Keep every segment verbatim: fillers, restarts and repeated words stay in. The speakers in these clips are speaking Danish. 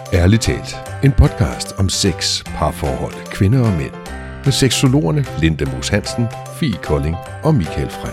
Ærligt talt, en podcast om sex, parforhold, kvinder og mænd. Med seksologerne Linda Moos Hansen, Fie Kolding og Michael Frey.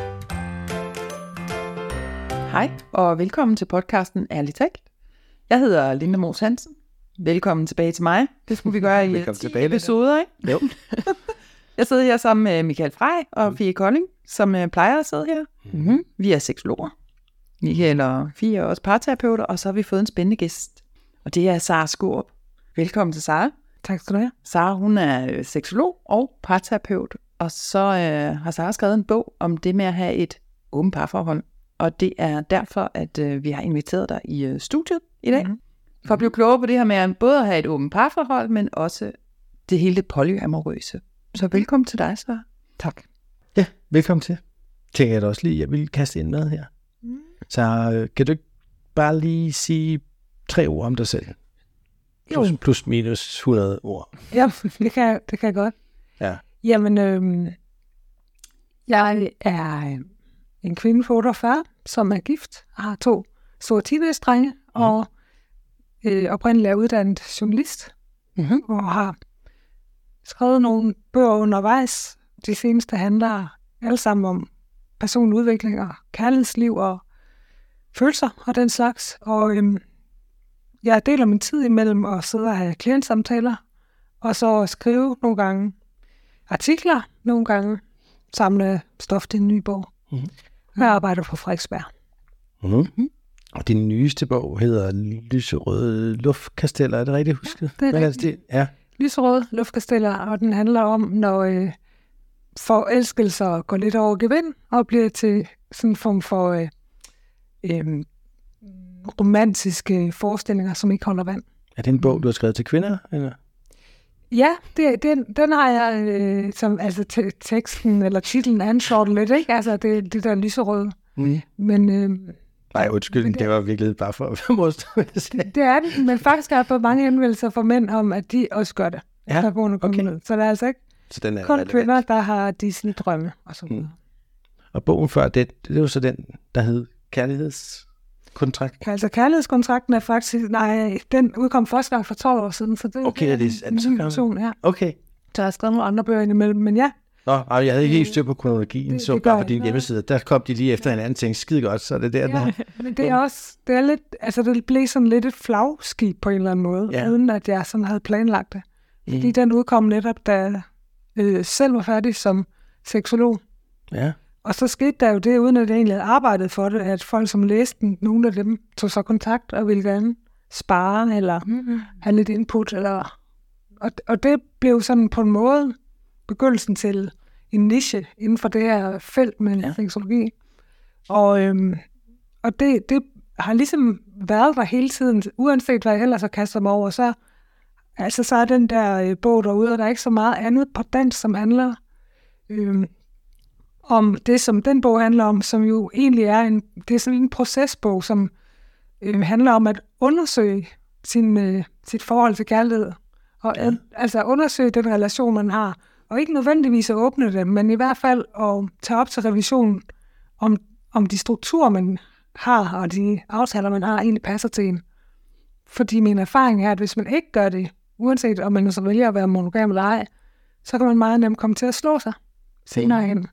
Hej og velkommen til podcasten Ærligt talt. Jeg hedder Linda Moos Hansen. Velkommen tilbage til mig. Det skulle vi gøre i ti episoder, ikke? Jo. Jeg sidder her sammen med Michael Frey og Fie Kolding, som plejer at sidde her. Mm-hmm. Vi er seksologer. Michael og Fie er også parterapeuter, og så har vi fået en spændende gæst. Og det er Sara Skaarup. Velkommen til Sara. Tak skal du have. Sara, hun er seksolog og parterapeut, og så øh, har Sara skrevet en bog om det med at have et åbent parforhold. Og det er derfor, at øh, vi har inviteret dig i øh, studiet i dag, mm-hmm. for at blive klogere på det her med at både at have et åbent parforhold, men også det hele polyamorøse. Så velkommen til dig, Sara. Tak. Ja, velkommen til. Tænker jeg da også lige, jeg vil kaste ind med her. Mm. Så øh, kan du ikke bare lige sige tre ord om dig selv? Plus, plus minus hundrede ord. Ja, det kan, det kan jeg godt. Ja. Jamen, øhm, jeg er en kvinde på otteogfyrre, som er gift, har to store teenage-drenge, mm. og øh, oprindeligt er uddannet journalist, mm-hmm. og har skrevet nogle bøger undervejs. De seneste handler alle sammen om personlig udvikling og kærlighedsliv og følelser og den slags. Og øhm, jeg deler min tid imellem at sidde og have klientsamtaler, og så skrive nogle gange artikler, nogle gange samle stof til en ny bog. Mm-hmm. Jeg arbejder på Frederiksberg. Mm-hmm. Mm-hmm. Og din nyeste bog hedder Lyserøde luftkasteller, er det rigtigt husket? Ja, det er rigtigt. Ja. Lyserøde luftkasteller, og den handler om, når øh, forelskelser går lidt over gevind, og bliver til sådan en form for øh, øh, romantiske forestillinger, som ikke holder vand. Er det en bog, du har skrevet til kvinder? Eller? Ja, det, den, den har jeg, øh, som, altså te- teksten eller titlen ansvarer lidt, ikke? Altså det, det der lyserøde. Mm. Men, øh, Nej, undskyld, det, det var virkelig bare for at modstå. Det er det, men faktisk har jeg fået mange henvendelser fra mænd om, at de også gør det. Ja, der okay. Ud. Så det er altså ikke så den er kun relevant. Kvinder, der har de sådan drømme og sådan noget. Mm. Og bogen før, det, det var så den, der hed Kærlighedskontrakt? Altså kærlighedskontrakten er faktisk, nej, den udkom første gang for tolv år siden, så det, okay, det er, det er en ny version, ja. Okay. Så jeg har skrevet nogle andre bøger indimellem, men ja. Nå, jeg havde ikke helt styr på kronologien, det, så det bare på din jeg. hjemmeside. Der kom de lige efter hinanden og tænkte, skide godt, så er det der. Ja, der. Men det er også, det er lidt, altså det blev sådan lidt et flagskib på en eller anden måde, ja. Uden at jeg sådan havde planlagt det. Fordi mm. den udkom netop, da jeg øh, selv var færdig som seksolog. Ja. Og så skete der jo det, uden at jeg egentlig havde arbejdet for det, at folk, som læste den, nogle af dem tog så kontakt og ville gerne spare, eller mm-hmm. have lidt input. Eller, og, og det blev sådan på en måde begyndelsen til en niche inden for det her felt med ja. seksologi. Og, øhm, og det, det har ligesom været der hele tiden, uanset hvad jeg ellers har kastet mig over. Så, altså, så er den der øh, bog derude, og der er ikke så meget andet på dansk, som handler øhm, om det, som den bog handler om, som jo egentlig er en, det er sådan en procesbog, som øh, handler om at undersøge sin, øh, sit forhold til kærlighed. Og ja. Altså undersøge den relation, man har. Og ikke nødvendigvis at åbne det, men i hvert fald at tage op til revision om, om de strukturer, man har, og de aftaler, man har, egentlig passer til en. Fordi min erfaring er, at hvis man ikke gør det, uanset om man så vælger at være monogam eller ej, så kan man meget nemt komme til at slå sig senere hen.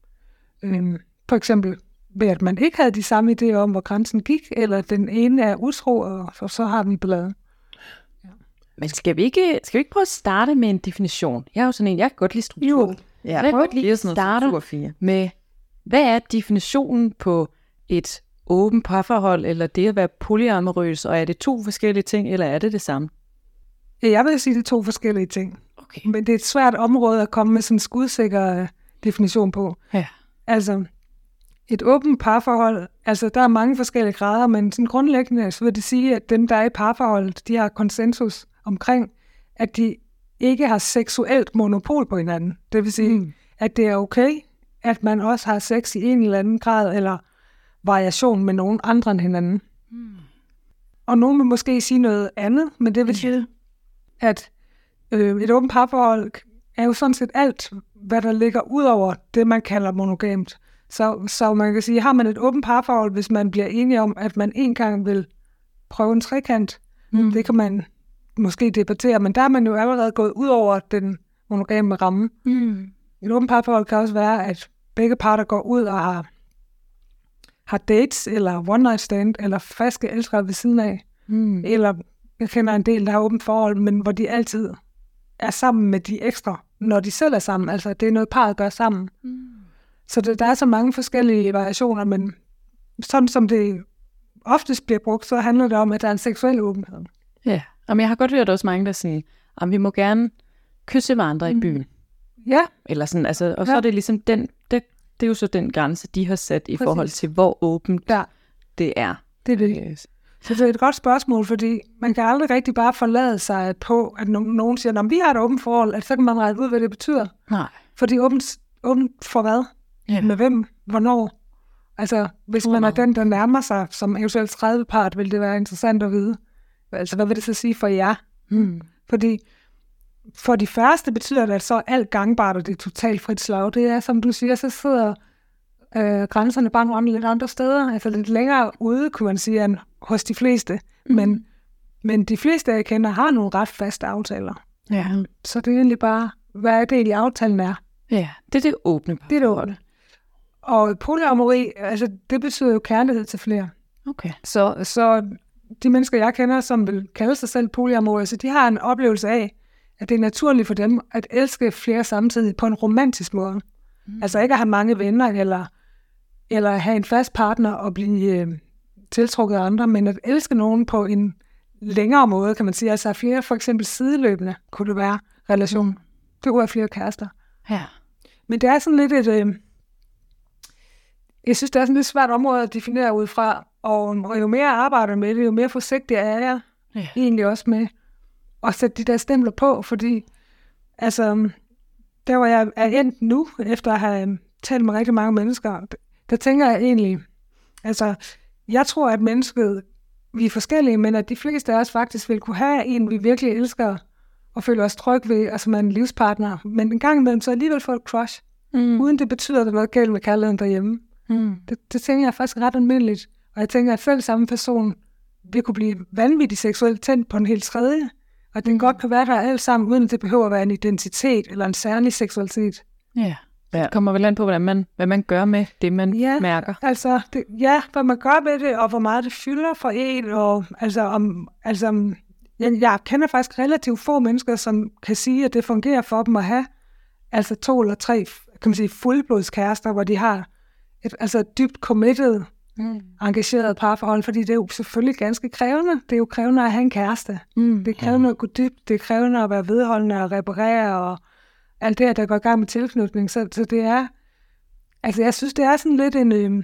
Øhm, for eksempel ved, at man ikke havde de samme idéer om, hvor grænsen gik, eller den ene er utro, og så, så har den bladet. Ja. Men skal vi, ikke, skal vi ikke prøve at starte med en definition? Jeg er jo sådan en, jeg kan godt lide struktur. Jo. Ja, jeg kan godt lide at starte med, hvad er definitionen på et åbent parforhold, eller det at være polyamorøs, og er det to forskellige ting, eller er det det samme? Jeg vil sige, det er to forskellige ting. Okay. Men det er et svært område at komme med sådan en skudsikker definition på. Ja. Altså, et åbent parforhold, altså der er mange forskellige grader, men sådan grundlæggende så vil det sige, at dem, der er i parforholdet, de har konsensus omkring, at de ikke har seksuelt monopol på hinanden. Det vil sige, mm. at det er okay, at man også har sex i en eller anden grad, eller variation med nogen andre end hinanden. Mm. Og nogen vil måske sige noget andet, men det vil sige, at øh, et åbent parforhold er jo sådan set alt, hvad der ligger ud over det, man kalder monogamt. Så, så man kan sige, har man et åbent parforhold, hvis man bliver enige om, at man en gang vil prøve en trekant, Mm. Det kan man måske debattere, men der er man jo allerede gået ud over den monogame ramme. Mm. Et åbent parforhold kan også være, at begge parter går ud og har, har dates, eller one night stand, eller faste elskere ved siden af. Mm. Eller jeg kender en del, der har åbent forhold, men hvor de altid er sammen med de ekstra, når de selv er sammen. Altså, det er noget parret gør sammen. Mm. Så det, der er så mange forskellige variationer, men sådan som det oftest bliver brugt, så handler det om, at der er en seksuel åbenhed. Ja, men jeg har godt hørt også mange, der siger, at vi må gerne kysse hverandre mm. i byen. Ja. Eller sådan, altså, og så ja. er det ligesom den, det, det er jo så den grænse, de har sat i Præcis. forhold til, hvor åbent ja. det er. Det er det. Så det er et godt spørgsmål, fordi man kan aldrig rigtig bare forlade sig på, at nogen siger, at vi har et åbent forhold, at så kan man regne ud, hvad det betyder. Nej. Fordi åbent, åbent for hvad? Ja. Med hvem? Hvornår? Altså, hvis man er den, der nærmer sig som eventuelt tredive part, vil det være interessant at vide. Altså, hvad vil det så sige for jer? Hmm. Fordi for de færreste betyder det, at så er alt gangbart, og det er totalt frit slag. Det er, som du siger, så sidder øh, grænserne bare nogle lidt andre steder. Altså lidt længere ude, kunne man sige, end hos de fleste. Mm. Men, men de fleste, jeg kender, har nogle ret faste aftaler. Ja. Så det er egentlig bare, hvad det i aftalen er. Ja, det er det åbne. Det er det åbne. Og polyamori, altså det betyder jo kærlighed til flere. Okay. Så, så de mennesker, jeg kender, som vil kalde sig selv polyamori, så de har en oplevelse af, at det er naturligt for dem at elske flere samtidig på en romantisk måde. Mm. Altså ikke at have mange venner, eller, eller have en fast partner og blive øh, tiltrukket af andre, men at elske nogen på en længere måde, kan man sige. Altså flere, for eksempel sideløbende, kunne det være relation. Mm. Det kunne være flere kærester. Ja. Men det er sådan lidt et... Øh, jeg synes, det er sådan et svært område at definere ud fra, og jo mere jeg arbejder med det, jo mere forsigtig er jeg ja. egentlig også med at sætte de der stempler på, fordi altså, der hvor jeg er endt nu, efter at have talt med rigtig mange mennesker, der tænker jeg egentlig, altså, jeg tror, at mennesket, vi er forskellige, men at de fleste af os faktisk vil kunne have en, vi virkelig elsker, og føle os tryg ved, altså man er en livspartner, men en gang imellem så alligevel få et crush, mm. uden det betyder, at der er noget galt med kærligheden derhjemme. Mm. Det, det tænker jeg faktisk ret almindeligt, og jeg tænker, at selv samme person vil kunne blive vanvittigt seksuelt tændt på en helt tredje, og den godt kan være der alt sammen, uden at det behøver at være en identitet eller en særlig seksualitet. Ja, det kommer vel an på, hvordan man, hvad man gør med det, man ja, mærker. Altså, det, ja, hvad man gør med det, og hvor meget det fylder for en, og altså, om, altså jeg, jeg kender faktisk relativt få mennesker, som kan sige, at det fungerer for dem at have altså to eller tre, kan man sige, fuldblodskærester, hvor de har et altså dybt committed, mm. engageret parforhold, fordi det er jo selvfølgelig ganske krævende. Det er jo krævende at have en kæreste. Mm. Det er krævende at gå dybt, det er krævende at være vedholdende og reparere, og alt det her, der går i gang med tilknytning. Så, så det er, altså jeg synes, det er sådan lidt en øhm,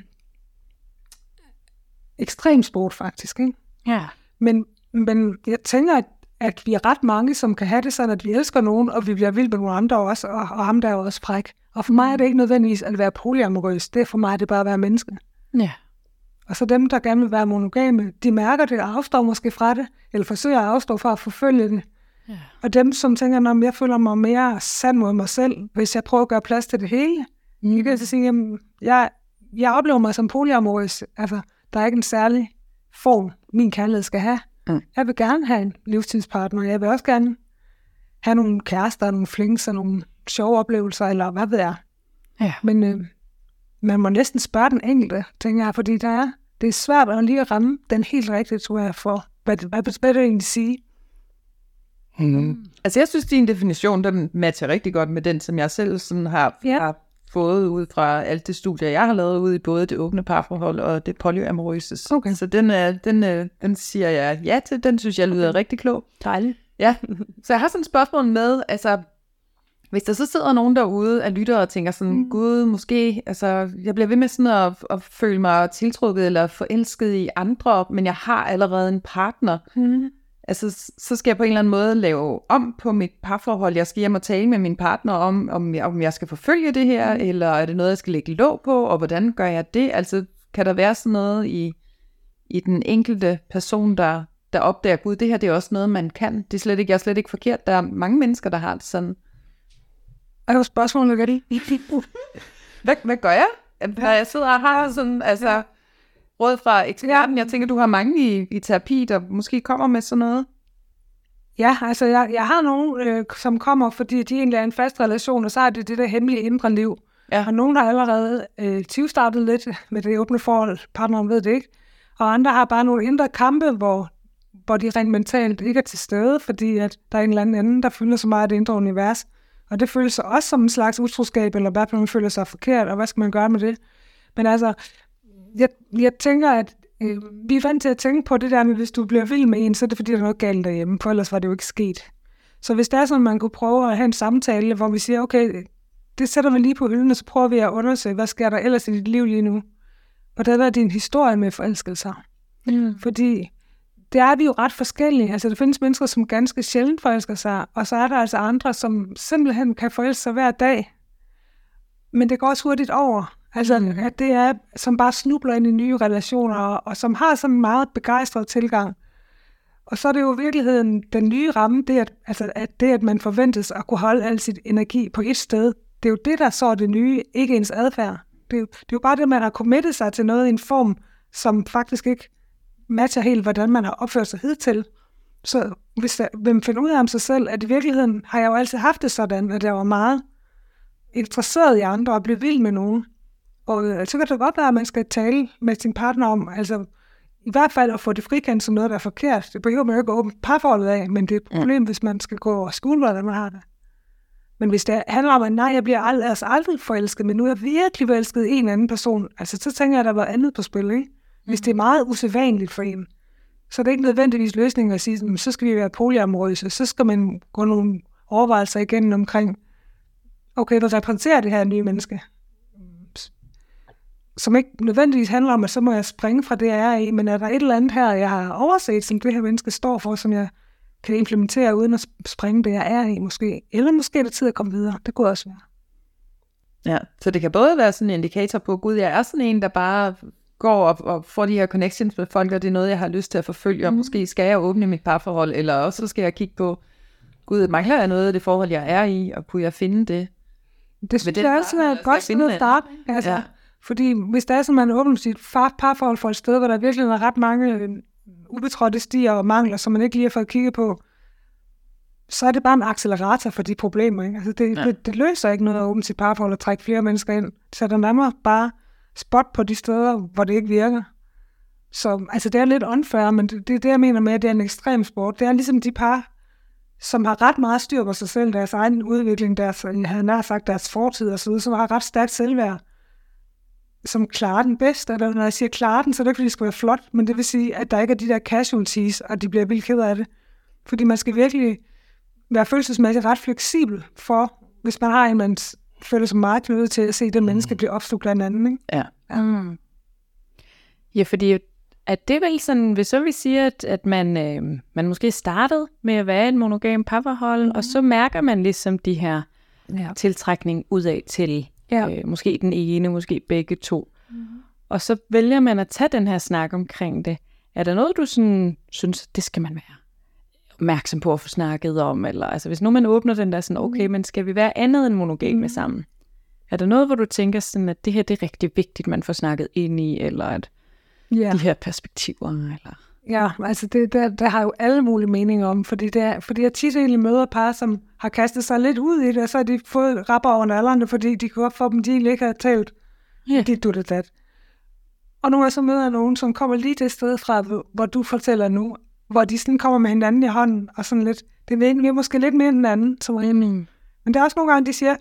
ekstrem sport faktisk, ikke? Ja. Men, men jeg tænker, at, at vi er ret mange, som kan have det sådan, at vi elsker nogen, og vi bliver vildt med nogle andre også, og, og ham der er også fræk. Og for mig er det ikke nødvendigvis at være polyamorøs. Det er for mig, det er bare at være menneske. Ja. Og så dem, der gerne vil være monogame, de mærker det og afstår måske fra det, eller forsøger at afstå fra at forfølge det. Ja. Og dem, som tænker, at jeg føler mig mere sand mod mig selv, hvis jeg prøver at gøre plads til det hele. Mm. Jeg kan så sige, at jeg, jeg oplever mig som polyamorøs. Altså, der er ikke en særlig form, min kærlighed skal have. Mm. Jeg vil gerne have en livstidspartner. Jeg vil også gerne have nogle kærester, nogle flings og nogle sjove oplevelser, eller hvad ved jeg. Ja. Men øh, man må næsten spørge den enkelte, tænker jeg, fordi der er, det er svært at lige at ramme den helt rigtige, tror jeg, for hvad det, hvad det egentlig sige. Mm. Altså jeg synes, din definition, den matcher rigtig godt med den, som jeg selv sådan har, ja. har fået ud fra alt det studie, jeg har lavet ud i både det åbne parforhold og det polyamorøse. Okay. Så den, er, den, den siger jeg ja til, den synes jeg lyder okay. rigtig klog. Dejligt. Ja, så jeg har sådan et spørgsmål med, altså hvis der så sidder nogen derude af lyttere og tænker sådan, mm. gud, måske, altså, jeg bliver ved med sådan at, at føle mig tiltrukket eller forelsket i andre, men jeg har allerede en partner. Mm. Altså, så skal jeg på en eller anden måde lave om på mit parforhold. Jeg skal hjem og tale med min partner om, om jeg, om jeg skal forfølge det her, mm. eller er det noget, jeg skal lægge låg på, og hvordan gør jeg det? Altså, kan der være sådan noget i, i den enkelte person, der, der opdager, gud, det her det er også noget, man kan. Det er slet ikke, jeg er slet ikke forkert. Der er mange mennesker, der har det sådan. Og jo spørgsmålet, hvad det? hvad, hvad gør jeg? Når jeg sidder og har sådan, altså, råd fra eksperten. Jeg tænker, du har mange i, i terapi, der måske kommer med sådan noget. Ja, altså jeg, jeg har nogen, øh, som kommer, fordi de egentlig er en fast relation, og så er det det der hemmelige indre liv. Ja. Og nogen har allerede øh, tyvstartet lidt med det åbne forhold, partneren ved det ikke. Og andre har bare nogle indre kampe, hvor, hvor de rent mentalt ikke er til stede, fordi at der er en eller anden, der fylder så meget af det indre univers. Og det føles så også som en slags utroskab, eller hvad man føler sig forkert, og hvad skal man gøre med det? Men altså, jeg, jeg tænker, at øh, vi er vant til at tænke på det der med, hvis du bliver vild med en, så er det fordi, der er noget galt derhjemme, for ellers var det jo ikke sket. Så hvis det er sådan, man kunne prøve at have en samtale, hvor vi siger, okay, det sætter vi lige på hylden, og så prøver vi at undersøge, hvad sker der ellers i dit liv lige nu? Og der er din historie med forelskelser. Mm. Fordi det er vi jo ret forskellige. Altså, der findes mennesker, som ganske sjældent forelsker sig, og så er der altså andre, som simpelthen kan forelske sig hver dag. Men det går også hurtigt over. Altså, mm. at det er, som bare snubler ind i nye relationer, og, og som har sådan en meget begejstret tilgang. Og så er det jo i virkeligheden den nye ramme, det at, altså, at det, at man forventes at kunne holde al sit energi på et sted, det er jo det, der så er det nye, ikke ens adfærd. Det er, jo, det er jo bare det, man har committet sig til noget i en form, som faktisk ikke matcher helt, hvordan man har opført sig hidtil. Så hvis der, hvem finder ud af om sig selv, at i virkeligheden har jeg jo altid haft det sådan, at jeg var meget interesseret i andre og blev vild med nogen. Og øh, så kan det godt være, at man skal tale med sin partner om, altså i hvert fald at få det frikendt som noget, der er forkert. Det behøver man jo ikke at åbne parforholdet af, men det er et problem, mm. hvis man skal gå over skole, hvordan man har det. Men hvis det handler om, at nej, jeg bliver ald- altså aldrig forelsket, men nu er jeg virkelig forelsket i en anden person, altså så tænker jeg, at der var andet på spil, ikke? Hvis det er meget usædvanligt for en, så er det ikke nødvendigvis løsningen at sige, så skal vi være polyamorøse, så skal man gå nogle overvejelser igennem omkring, okay, hvad repræsenterer det her nye menneske? Som ikke nødvendigvis handler om, at så må jeg springe fra det, jeg er i, men er der et eller andet her, jeg har overset, som det her menneske står for, som jeg kan implementere uden at springe det, jeg er i måske. Eller måske er det tid at komme videre. Det kunne også være. Ja, så det kan både være sådan en indikator på, gud, jeg er sådan en, der bare går op og får de her connections med folk, og det er noget, jeg har lyst til at forfølge, og mm. måske skal jeg åbne mit parforhold, eller også skal jeg kigge på, gud, mangler jeg noget af det forhold, jeg er i, og kunne jeg finde det? Det synes jeg også er et godt sted at starte. Altså, ja. Fordi hvis der er sådan, man åbner sit parforhold for et sted, hvor der virkelig er ret mange ubetrådte stier og mangler, som man ikke lige har fået kigget på, så er det bare en accelerator for de problemer. Ikke? Altså det, ja. det, det løser ikke noget at åbne sit parforhold og trække flere mennesker ind. Så der nærmere bare spot på de steder, hvor det ikke virker. Så altså det er lidt unfair, men det, det er det, jeg mener med, at det er en ekstrem sport. Det er ligesom de par, som har ret meget styr på sig selv, deres egen udvikling, deres, jeg havde nær sagt, deres fortid og så videre, som har ret stærkt selvværd, som klarer den bedst. Eller når jeg siger klarer den, så er det ikke, fordi det skal være flot, men det vil sige, at der ikke er de der casualties, og de bliver vildt ked af det. Fordi man skal virkelig være følelsesmæssigt ret fleksibel for, hvis man har en, man føler sig meget knyttet til at se det menneske blive opslugt blandt andet. Ikke? Ja. Mm. Ja, fordi at det vel sådan, hvis så vi siger, at, at man, øh, man måske startede med at være en monogam parforhold, mm. og så mærker man ligesom de her ja. tiltrækning udad til ja. øh, måske den ene, måske begge to. Mm. Og så vælger man at tage den her snak omkring det. Er der noget, du sådan, synes, det skal man være opmærksom på at få snakket om? Eller altså, hvis nu man åbner den der sådan, okay, men skal vi være andet end monogame mm. sammen? Er der noget, hvor du tænker sådan, at det her det er rigtig vigtigt, man får snakket ind i, eller at yeah. de her perspektiver? Eller? Ja, altså det der, der har jo alle mulige meninger om, fordi, det er, fordi jeg tit egentlig møder par, som har kastet sig lidt ud i det, og så har de fået rapper over aldrene, fordi de kunne godt få dem, de egentlig ikke har talt yeah. dit, du, det, dat. Og nu er så møder jeg nogen, som kommer lige det sted fra, hvor du fortæller nu, hvor de sådan kommer med hinanden i hånden, og sådan lidt, det er, vi er måske lidt mere end anden, som mm. Men der er også nogle gange, de siger,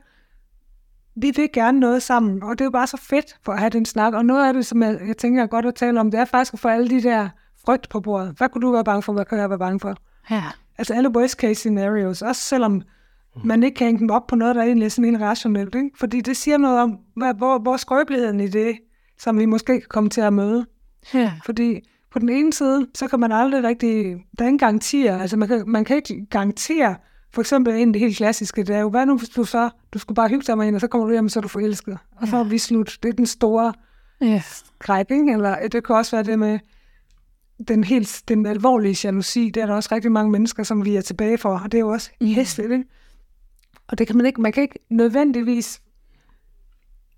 vi vil gerne noget sammen, og det er jo bare så fedt for at have den snak, og noget af det, som jeg, jeg tænker er godt at tale om, det er faktisk at få alle de der frygt på bordet. Hvad kunne du være bange for, hvad kan jeg være bange for? Ja. Altså alle worst case scenarios, også selvom man ikke kan hænge dem op på noget, der egentlig er sådan en rationelt, ikke? Fordi det siger noget om, hvad, hvor, hvor skrøbeligheden i det, som vi måske kan komme til at møde. Ja. Fordi på den ene side, så kan man aldrig rigtig, der er ingen garantier, altså man kan, man kan ikke garantere, for eksempel en af det helt klassiske, det er jo, hvad nu hvis du så, du skulle bare hygge dig med en, og så kommer du hjem, og så er du forelsket. Og så er vi slut. Det er den store ja. skræk, ikke? Eller det kan også være det med den helt, den alvorlige jalousi, det er der også rigtig mange mennesker, som vi er tilbage for, og det er jo også hæsligt, ikke? Og det kan man ikke, man kan ikke nødvendigvis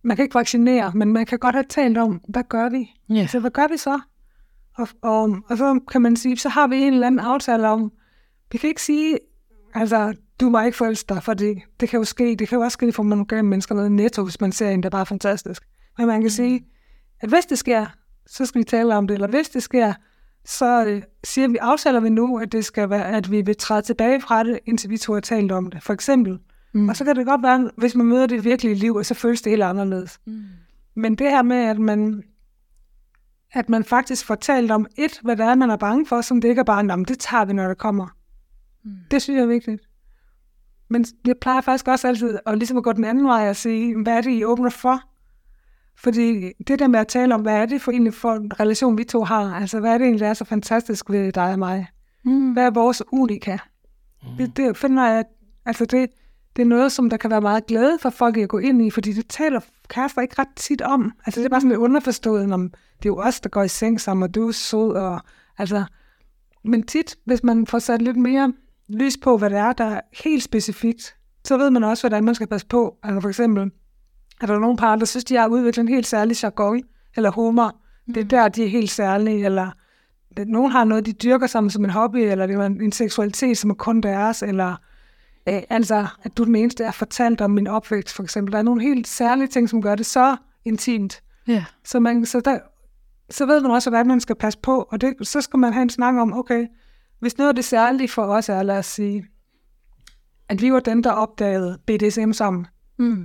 man kan ikke vaccinere, men man kan godt have talt om, hvad gør vi? Yeah. Så hvad gør vi så? Og, og, og så kan man sige, så har vi en eller anden aftale om, vi kan ikke sige, altså, du må ikke forelske dig, for det, det kan jo ske, det kan jo også ske for monogame mennesker noget netto, hvis man ser en, der bare er fantastisk. Men man kan sige, at hvis det sker, så skal vi tale om det, eller hvis det sker, så øh, siger vi, aftaler vi nu, at det skal være, at vi vil træde tilbage fra det, indtil vi to har talt om det, for eksempel. Mm. Og så kan det godt være, hvis man møder det virkelige liv, og så føles det helt anderledes. Mm. Men det her med, at man, at man faktisk får talt om et, hvad det er, man er bange for, som det ikke er bare, jamen, det tager vi, når det kommer. Mm. Det synes jeg er vigtigt. Men jeg plejer faktisk også altid at, ligesom at gå den anden vej og sige, hvad er det, I åbner for? Fordi det der med at tale om, hvad er det for egentlig for en relation, vi to har? Altså, hvad er det egentlig, der er så fantastisk ved dig og mig? Mm. Hvad er vores unika? Mm. Det, det finder jeg, altså det, det er noget, som der kan være meget glæde for folk at gå ind i, fordi det taler kærester ikke ret tit om. Altså, det er bare sådan lidt underforstået, om det er jo os, der går i seng sammen, og du er sød, og altså... Men tit, hvis man får sat lidt mere lys på, hvad det er, der er helt specifikt, så ved man også, hvordan man skal passe på. Altså for eksempel, er der nogle par, der synes, de har udviklet en helt særlig jargon, eller humor. Det er der, de er helt særlige, eller nogen har noget, de dyrker sammen som en hobby, eller det er en seksualitet, som er kun deres, eller øh, altså, at du er den eneste, der har fortalt om min opvækst, for eksempel. Der er nogle helt særlige ting, som gør det så intimt. Yeah. Så, man, så, der, så ved man også, hvordan man skal passe på, og det, så skal man have en snak om, okay, hvis noget af det særlige for os er, lad os sige, at vi var dem, der opdagede B D S M sammen, mm.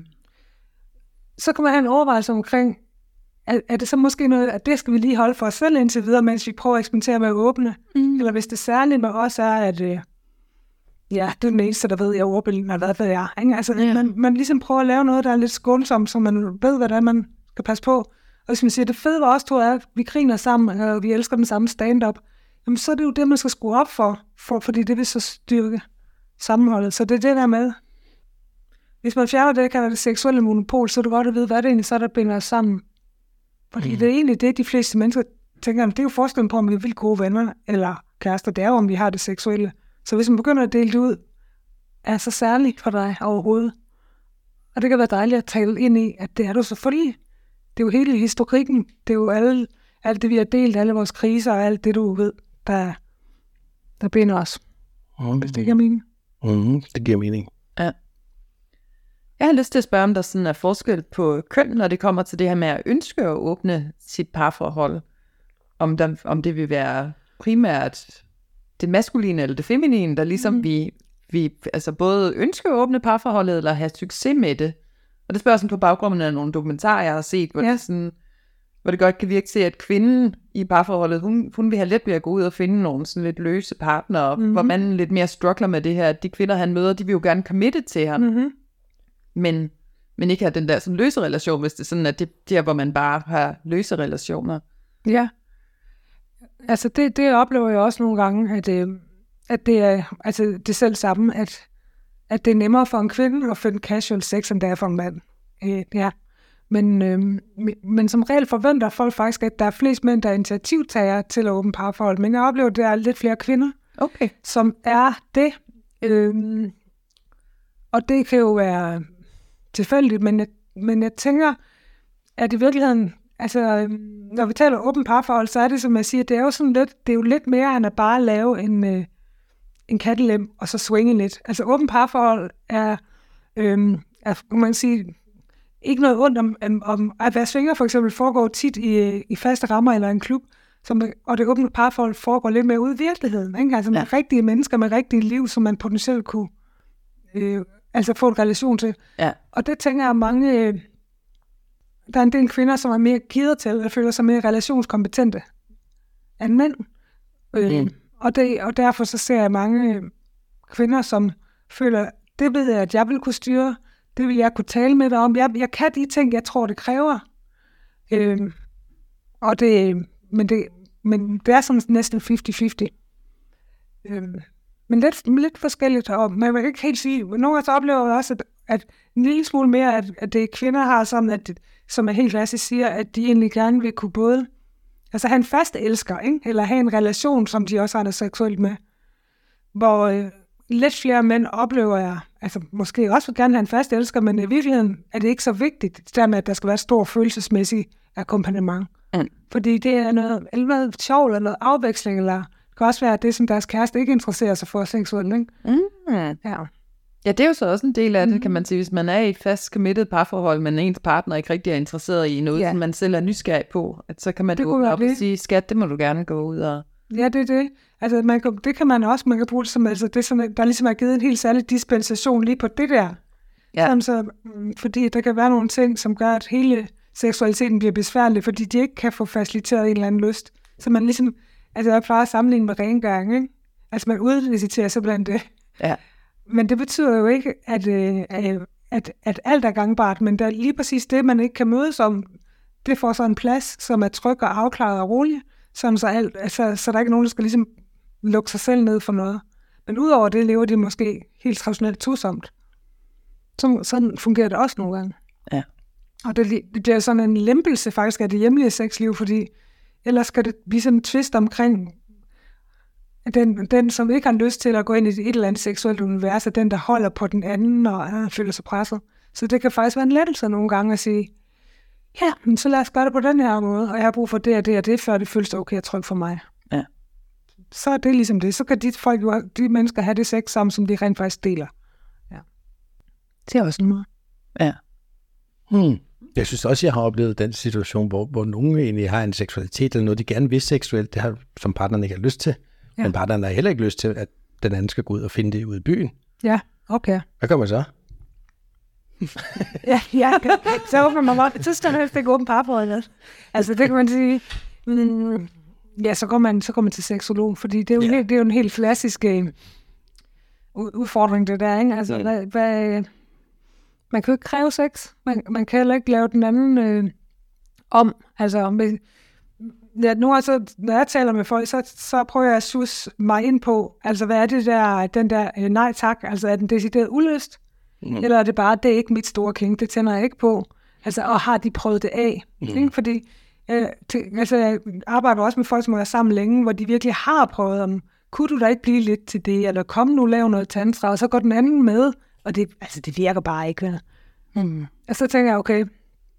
så kan man have en overvejelse omkring, er, er det så måske noget, at det skal vi lige holde for os selv indtil videre, mens vi prøver at eksperimentere med at åbne? Mm. Eller hvis det særlige med os er, at øh, ja, det er den eneste, der ved, at jeg ordbilden har været, hvad jeg er. Ikke? Altså, yeah. man, man ligesom prøver at lave noget, der er lidt skånsomt, så man ved, hvordan man skal passe på. Og hvis man siger, det fede var os to er, at vi griner sammen, og vi elsker den samme stand-up, jamen så er det jo det, man skal skrue op for, for fordi det vil så styrke sammenholdet. Så det er det der med. Hvis man fjerner det, kan være det seksuelle monopol, så er det godt at vide, hvad det egentlig så, der binder os sammen. Fordi mm. det er egentlig det, de fleste mennesker tænker, det er jo forskellen på, om vi vil gode venner eller kærester. Det er jo, om vi har det seksuelle. Så hvis man begynder at dele det ud, er så særligt for dig overhovedet. Og det kan være dejligt at tale ind i, at det er du selvfølgelig. Det er jo hele historikken. Det er jo alle, alt det, vi har delt, alle vores kriser og alt det, du ved, der, der binder os. Mm. Hvis det giver mening. Mm, det giver mening. Ja. Jeg har lyst til at spørge, om der sådan er forskel på køn, når det kommer til det her med at ønske at åbne sit parforhold. Om, der, om det vil være primært det maskuline eller det feminine, der ligesom mm. vi, vi altså både ønsker at åbne parforholdet, eller have succes med det. Og det spørger jeg sådan på baggrunden af nogle dokumentarer, jeg har set, hvor, ja. det, sådan, hvor det godt kan virke til, at kvinden i parforholdet, hun, hun vil have let ved at gå ud og finde nogle sådan lidt løse partnere, mm-hmm. hvor man lidt mere struggler med det her. De kvinder, han møder, de vil jo gerne committe til ham. Mm-hmm. Men, men ikke have den der sådan løse relation, hvis det er sådan, at det der, hvor man bare har løse relationer. Ja. Altså det, det oplever jeg også nogle gange, at, øh, at det er altså det selv samme, at, at det er nemmere for en kvinde at finde casual sex, end det er for en mand. Øh, ja. Men, øh, men som regel forventer folk faktisk, at der er flest mænd, der er initiativtager til at åbne parforhold. Men jeg oplever, at der er lidt flere kvinder, okay. som er det. Øh, og det kan jo være tilfældigt, men jeg, men jeg tænker, at i virkeligheden, altså, når vi taler åbent parforhold, så er det, som jeg siger, det er jo sådan lidt, det er jo lidt mere, end at bare lave en, øh, en kattelem, og så swinge lidt. Altså, åbent parforhold er, øh, er, kan man sige, ikke noget ondt om, om at være swinger, for eksempel, foregår tit i, i faste rammer eller en klub, som, og det åbne parforhold foregår lidt mere ude i virkeligheden, ikke? Altså, med ja. rigtige mennesker med rigtige liv, som man potentielt kunne øh, altså få en relation til. Ja. Og det tænker jeg, mange... Øh, der er en del kvinder, som er mere gearet til, og føler sig mere relationskompetente end mænd. Mm. Øh, og, det, og derfor så ser jeg mange kvinder, som føler, det ved jeg, at jeg vil kunne styre, det vil jeg kunne tale med dig om. Jeg, jeg kan de ting, jeg tror, det kræver. Øh, og det, men, det, men det er sådan næsten halvtreds halvtreds. Øh, men lidt, lidt forskelligt, og man vil ikke helt sige, nogle gange så oplever jeg også, at, at en lille smule mere, at, at det kvinder har sådan, at, som er helt klassisk siger, at de egentlig gerne vil kunne både altså have en fast elsker, ikke? Eller have en relation, som de også har noget seksuelt med. Hvor øh, lidt flere mænd oplever jeg, altså måske også vil gerne have en fast elsker, men i virkeligheden er det ikke så vigtigt, dermed at der skal være et stort følelsesmæssigt akkompagnement. Mm. Fordi det er noget, eller noget sjovt, eller noget afveksling, eller det kan også være, at det, som deres kæreste ikke interesserer sig for seksuelt, ikke? Mm. Ja. Ja, det er jo så også en del af det, mm. kan man sige. Hvis man er i et fast committed parforhold, men ens partner ikke rigtig er interesseret i noget, ja. som man selv er nysgerrig på, at så kan man åbne op det. og sige, skat, det må du gerne gå ud og... Ja, det er det. Altså, man kan, det kan man også, man kan bruge det som, altså, det som, der ligesom er givet en helt særlig dispensation lige på det der. Ja. Sådan, så, fordi der kan være nogle ting, som gør, at hele seksualiteten bliver besværlig, fordi de ikke kan få faciliteret en eller anden lyst. Så man ligesom, altså jeg plejer at sammenligne med rengøring, ikke? Altså man udliciterer simpelthen det. Ja. Men det betyder jo ikke, at, øh, at, at alt er gangbart, men der er lige præcis det, man ikke kan mødes om, det får så en plads, som er tryg og afklaret og rolig, sådan så, alt, altså, så der er ikke nogen, der skal ligesom lukke sig selv ned for noget. Men udover det lever de måske helt traditionelt tosomt. Så, sådan fungerer det også nogle gange. Ja. Og det, det bliver sådan en lempelse faktisk af det hjemlige sexliv, fordi ellers skal det blive sådan en twist omkring den, den, som ikke har lyst til at gå ind i et eller andet seksuelt univers, er den, der holder på den anden og øh, føler sig presset. Så det kan faktisk være en lettelse nogle gange at sige, ja, men så lad os gøre det på den her måde, og jeg har brug for det og det og det, før det føles okay og trygt for mig. Ja. Så er det ligesom det. Så kan de folk jo, de mennesker have det sex sammen, som de rent faktisk deler. Ja. Det er også en måde. Ja. Hmm. Jeg synes også, jeg har oplevet den situation, hvor, hvor nogen egentlig har en seksualitet, eller noget, de gerne vil seksuelt, det har, som partneren ikke har lyst til. Ja. Men partneren har heller ikke lyst til, at den anden skal gå ud og finde det ude i byen. Ja, okay. Hvad gør man så? ja, ja. Så åbner man godt. Så står der helst ikke åben parforhold. Altså, det kan man sige. Mm, ja, så går, man, så går man til seksolog, fordi det er jo, ja. helt, det er jo en helt klassisk uh, udfordring, det der, ikke? Altså, mm. hvad, hvad, man kan jo ikke kræve sex. Man, man kan heller ikke lave den anden øh, om. Altså, med, ja, nu altså, når jeg taler med folk, så, så prøver jeg at susse mig ind på, altså, hvad er det der, den der øh, nej tak, altså, er den decideret ulyst? Mm. Eller er det bare, det er ikke mit store king, det tænder jeg ikke på. Altså, og har de prøvet det af? Mm. Ikke? Fordi, øh, til, altså, jeg arbejder også med folk, som er sammen længe, hvor de virkelig har prøvet om, kunne du da ikke blive lidt til det, eller kom nu, lav noget tantra, og så går den anden med, og det, altså, det virker bare ikke. Mm. Og så tænker jeg, okay,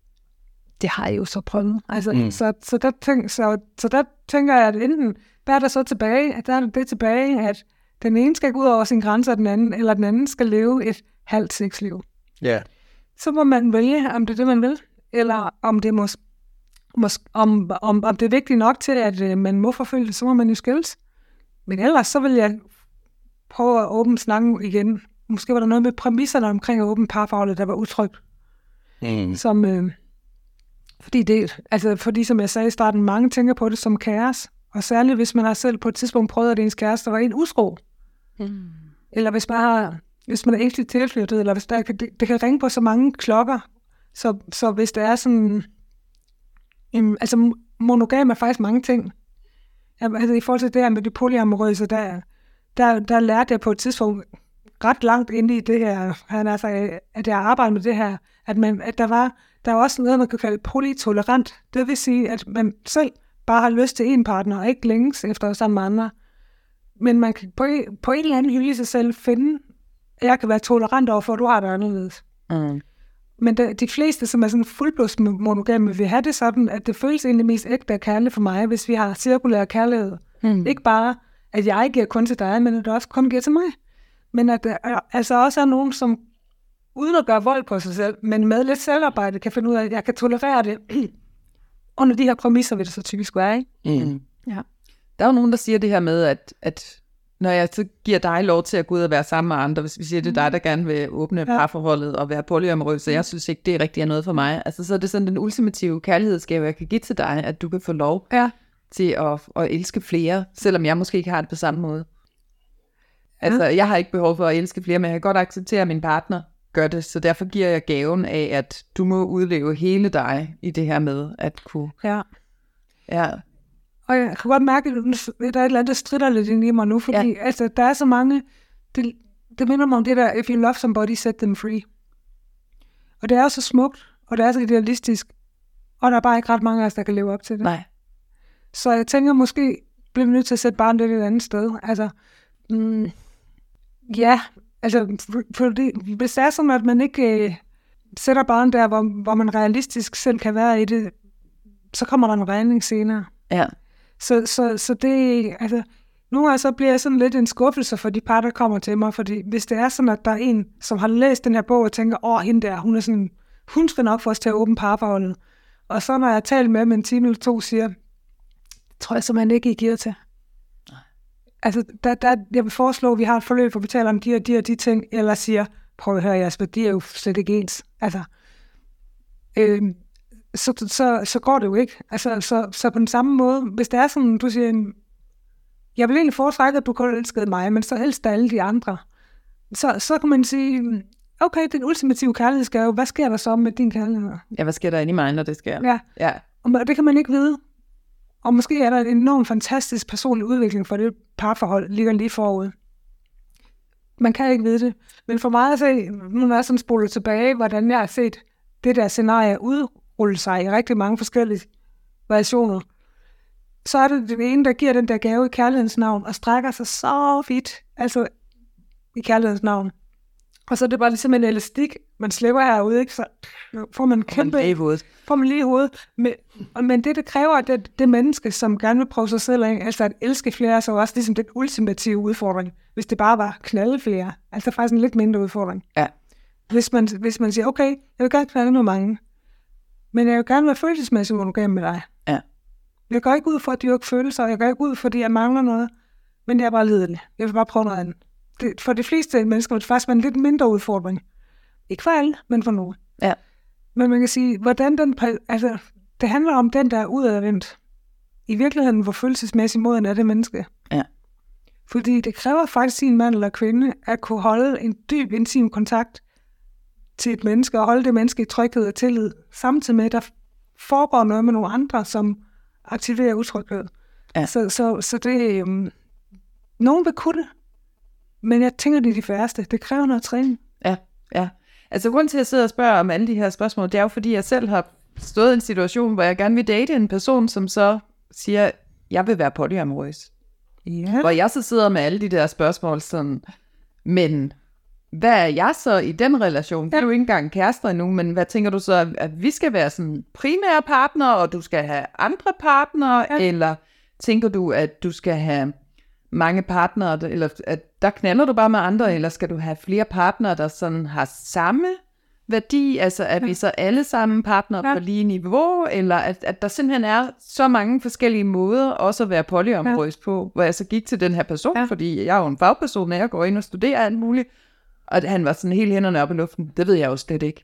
det har jeg jo så prøvet. Altså, mm. så, så, der tænk, så, så der tænker jeg, at enten, hvad er der så tilbage? At der er det tilbage, at den ene skal gå ud over sin grænse, den anden, eller den anden skal leve et halvt sexliv. Ja. Yeah. Så må man vælge, om det er det, man vil, eller om det, mås, mås, om, om, om det er vigtigt nok til, at øh, man må forfølge det, så må man jo skilles. Men ellers så vil jeg prøve at åbne snakken igen. Måske var der noget med præmisserne omkring at åbne parforholdet, der var utrygt. Mm. Som, øh, fordi, det, altså, fordi som jeg sagde i starten, mange tænker på det som kaos. Og særligt hvis man har selv på et tidspunkt prøvet, at ens kæreste var en usro. Mm. Eller hvis man har... Hvis man er ægteligt tilflyttet, eller hvis der kan, det, det kan ringe på så mange klokker, så, så hvis det er sådan, um, altså monogam er faktisk mange ting. Altså i forhold til det her med det polyamorøse, der, der, der lærte jeg på et tidspunkt ret langt inde i det her, han er sagt, at jeg arbejder med det her, at, man, at der var der var også noget, man kan kalde polytolerant. Det vil sige, at man selv bare har lyst til en partner, og ikke længes efter sammen med andre. Men man kan på, på en eller anden hylde i sig selv finde, jeg kan være tolerant overfor, at du har det anderledes. Mm. Men de, de fleste, som er sådan fuldblods monogame, vil have det sådan, at det føles egentlig mest ægte af kærlighed for mig, hvis vi har cirkulær kærlighed. Mm. Ikke bare, at jeg giver kun til dig, men at det også kun giver til mig. Men at der altså også er nogen, som uden at gøre vold på sig selv, men med lidt selvarbejde, kan finde ud af, at jeg kan tolerere det. Under de her præmisser vil det så typisk være, ikke? Mm. Ja. Der er jo nogen, der siger det her med, at, at når jeg så giver dig lov til at gå ud og være sammen med andre, hvis vi siger, det er dig, der gerne vil åbne ja. parforholdet og være polyamorøs, så jeg synes ikke, det er rigtig noget for mig. Altså, så er det sådan den ultimative kærlighedsgave, jeg kan give til dig, at du kan få lov ja. til at, at elske flere, selvom jeg måske ikke har det på samme måde. Altså, ja. jeg har ikke behov for at elske flere, men jeg kan godt acceptere, at min partner gør det, så derfor giver jeg gaven af, at du må udleve hele dig i det her med at kunne... Ja. Ja. Og jeg kan godt mærke, at der er et eller andet, der stritter lidt ind i mig nu, fordi ja. altså, der er så mange... Det, det minder mig om det der, if you love somebody, set them free. Og det er jo så smukt, og det er så idealistisk, og der er bare ikke ret mange af os, der kan leve op til det. Nej. Så jeg tænker, måske bliver vi nødt til at sætte barnet lidt et andet sted. Altså, mm, ja, altså, for det, hvis det er sådan, at man ikke øh, sætter barnet der, hvor, hvor man realistisk selv kan være i det, så kommer der en regning senere. Ja. Så, så, så det, altså, nogle gange så bliver jeg sådan lidt en skuffelse for de par, der kommer til mig, fordi hvis det er sådan, at der er en, som har læst den her bog og tænker, åh, hende der, hun er sådan, hun skal nok få os til at åbne parforholdet. Og så når jeg taler med dem en time eller to, siger, tror jeg simpelthen ikke, I giver til. Nej. Altså, der, der, jeg vil foreslå, at vi har et forløb, hvor vi taler om de og de og de ting, eller siger, prøv at høre, Jasper, de er jo slet ikke ens. Altså, øh, så, så, så går det jo ikke. Altså, så, så på den samme måde, hvis det er sådan, du siger, jeg vil egentlig foretrække, at du kun elskede mig, men så helst af alle de andre, så, så kan man sige, okay, den ultimative kærlighedsgave, hvad sker der så med din kærlighed? Ja, hvad sker der inde i mig, når det sker? Ja, ja. Og det kan man ikke vide. Og måske er der en enorm fantastisk personlig udvikling for det parforhold, ligger lige forud. Man kan ikke vide det. Men for mig at se, nu når jeg sådan spolet tilbage, hvordan jeg har set det der scenarie udrulle sig i rigtig mange forskellige variationer, så er det det ene, der giver den der gave i kærlighedens navn, og strækker sig så vidt, altså i kærlighedens navn. Og så er det bare ligesom en elastik, man slipper herude, ikke? Så får man kæmpe... Får man lige i hovedet. Får man lige i hovedet. Men, men det, det kræver, det, det menneske, som gerne vil prøve sig selv af, altså at elske flere, så er også ligesom den ultimative udfordring. Hvis det bare var knalde flere. Altså faktisk en lidt mindre udfordring. Ja. Hvis man, hvis man siger, okay, jeg vil gerne knalde nogle mange, men jeg vil gerne være følelsesmæssigt monogam med dig. Ja. Jeg går ikke ud for at dyrke følelser, jeg går ikke ud, fordi jeg mangler noget, men jeg er bare lidelig. Jeg vil bare prøve noget andet. Det, for de fleste mennesker vil det faktisk være en lidt mindre udfordring. Ikke for alle, men for nogle. Ja. Men man kan sige, hvordan den, altså, det handler om den, der er udadvendt. I virkeligheden, hvor følelsesmæssig moden er det menneske. Ja. Fordi det kræver faktisk sin mand eller kvinde, at kunne holde en dyb, intim kontakt til et menneske, og holde det menneske i tryghed og tillid, samtidig med, at der foregår noget med nogle andre, som aktiverer utryghed. Ja. Så, så, så det, um, nogen vil kunne det, men jeg tænker, det er de færreste. Det kræver noget træning. Ja, ja. Altså grunden til, at jeg sidder og spørger om alle de her spørgsmål, det er jo, fordi jeg selv har stået i en situation, hvor jeg gerne vil date en person, som så siger, jeg vil være polyamorøs. Ja. Hvor jeg så sidder med alle de der spørgsmål sådan, men hvad er jeg så i den relation? Ja. Det er jo ikke engang kærester endnu, men hvad tænker du så, at vi skal være sådan primære partnere, og du skal have andre partnere, ja. Eller tænker du, at du skal have mange partnere, eller at der knaller du bare med andre, eller skal du have flere partnere, der sådan har samme værdi, altså at vi så alle sammen partnere ja. På lige niveau, eller at, at der simpelthen er så mange forskellige måder også at være polyamorøs ja. På, hvor jeg så gik til den her person, ja. Fordi jeg er jo en fagperson, når jeg går ind og studerer alt muligt, og han var sådan helt hænderne op i luften. Det ved jeg jo slet ikke.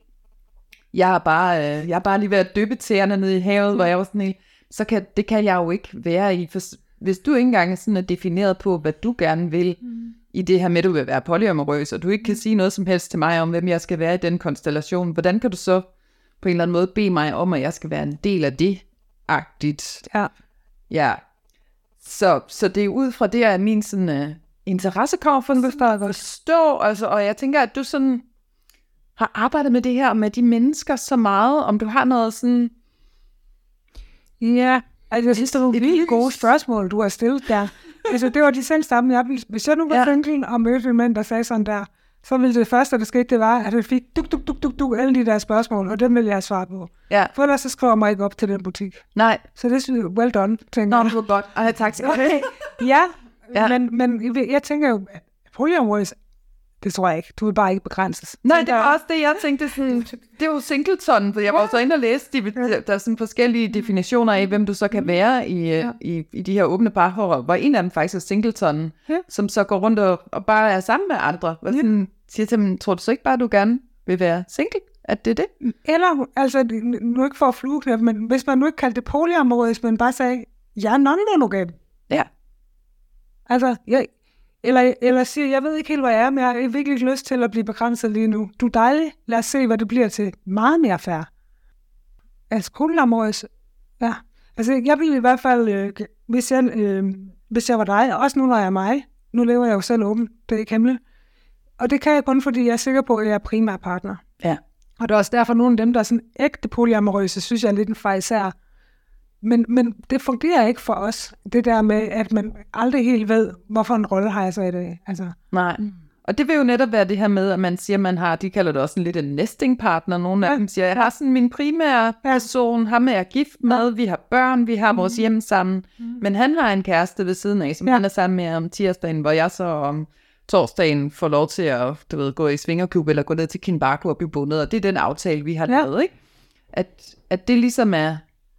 Jeg er bare, øh, jeg er bare lige ved at dyppe tæerne ned i havet, mm. hvor jeg var sådan helt, så kan, det kan jeg jo ikke være i, for hvis du ikke engang er sådan er defineret på, hvad du gerne vil mm. i det her med, at du vil være polyamorøs, og du ikke kan mm. sige noget som helst til mig om, hvem jeg skal være i den konstellation, hvordan kan du så på en eller anden måde bede mig om, at jeg skal være en del af det-agtigt? Ja. Ja. Så, så det er ud fra det, at min sådan, uh, interesse kommer for at forstå, altså, og jeg tænker, at du sådan har arbejdet med det her, med de mennesker så meget, om du har noget sådan... Ja, altså jeg synes, det var virkelig gode spørgsmål, du har stillet der. Altså det var de selv samme, jeg ville, hvis jeg nu var ja. Single og mødte en mand, der sagde sådan der, så ville det første, der skete, det var, at jeg fik duk, duk, duk, duk, duk, alle de der spørgsmål, og dem ville jeg svare på. Ja. For ellers så skriver jeg mig ikke op til den butik. Nej. Så det synes jeg, well done, tænker jeg. Nå, det var godt. Ej, tak skal du have. Ja, ja. Men, men jeg tænker jo, at polyamorøs, det tror jeg ikke. Du vil bare ikke begrænses. Nej, det var også det, jeg tænkte. Sådan, det er jo singleton, for jeg var ja. Så inde og læse, de, der er sådan forskellige definitioner af, hvem du så kan være i, ja. i, i de her åbne parforhold, hvor en af dem faktisk er singleton, ja. Som så går rundt og, og bare er sammen med andre. Og sådan, ja. Siger til dem, tror du så ikke bare, at du gerne vil være single? At det er det? Eller, altså, nu ikke for at flueknæppe, men hvis man nu ikke kaldte det polyamorøs, men bare sagde, jeg er non-monogam. Ja. Altså, jeg... Eller, eller siger, jeg ved ikke helt, hvad jeg er, men jeg har virkelig ikke lyst til at blive begrænset lige nu. Du er dejlig. Lad os se, hvad det bliver til. Meget mere fair. Altså, polyamorøs. Ja. Altså, jeg ville i hvert fald, øh, hvis, jeg, øh, hvis jeg var dig, også nu når jeg er mig, nu lever jeg jo selv åben, det er ikke hemmeligt. Og det kan jeg kun, fordi jeg er sikker på, at jeg er primær partner. Ja. Og det er også derfor, at nogle af dem, der er sådan ægte polyamorøse, synes jeg er lidt en fejsær. Men, men det fungerer ikke for os, det der med, at man aldrig helt ved, hvorfor en rolle har jeg så i dag. Altså. Nej, Og det vil jo netop være det her med, at man siger, at man har, de kalder det også en lidt en nesting partner. Nogle af ja. dem siger, jeg har sådan min primære person, ham er jeg gift med, vi har børn, vi har vores hjem sammen. Mm. Men han har en kæreste ved siden af, som ja. han er sammen med om tirsdagen, hvor jeg så om torsdagen får lov til at du ved, gå i svingerklub eller gå ned til Kinbaku og blive bundet. Og det er den aftale, vi har ja. lavet, ikke? At, at det ligesom er,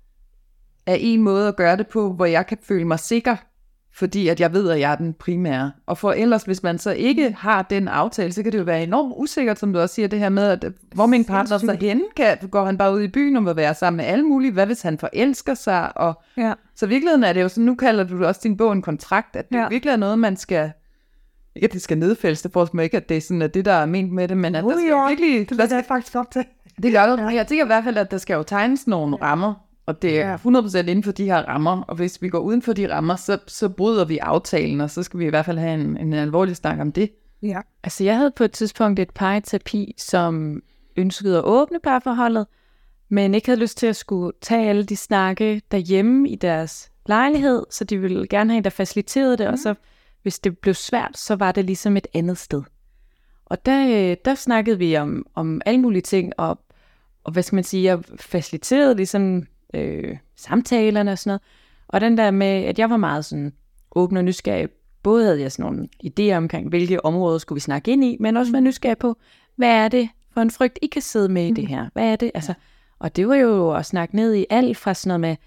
er en måde at gøre det på, hvor jeg kan føle mig sikker, fordi at jeg ved, at jeg er den primære. Og for ellers, hvis man så ikke har den aftale, så kan det jo være enormt usikkert, som du også siger, det her med, at hvor min partner så hen, kan, går han bare ud i byen og vil være sammen med alle mulige, hvad hvis han forelsker sig? Og ja. Så i virkeligheden er det jo sådan, nu kalder du også din bog en kontrakt, at det ja. virkelig er noget, man skal, ikke at det skal nedfældes, det får ikke, at det er sådan, at det, der er ment med det, men at uh, der skal jo, virkelig... Det er faktisk op til. Det gør det. Jeg tænker i hvert fald, at der skal jo tegnes nogle rammer, og det er hundrede procent inden for de her rammer, og hvis vi går uden for de rammer, så, så bryder vi aftalen, og så skal vi i hvert fald have en, en alvorlig snak om det. Ja. Altså jeg havde på et tidspunkt et par i terapi, som ønskede at åbne parforholdet, men ikke havde lyst til at skulle tage alle de snakke derhjemme i deres lejlighed, så de ville gerne have en, der faciliterede det, mm. og så hvis det blev svært, så var det ligesom et andet sted. Og der, der snakkede vi om, om alle mulige ting, og, og hvad skal man sige, jeg faciliterede ligesom øh, samtalerne og sådan noget. Og den der med, at jeg var meget sådan åben og nysgerrig, både havde jeg sådan nogle idéer omkring, hvilke områder skulle vi snakke ind i, men også være nysgerrig på, hvad er det for en frygt, I kan sidde med i det her? Hvad er det? Altså, og det var jo at snakke ned i alt fra sådan noget med,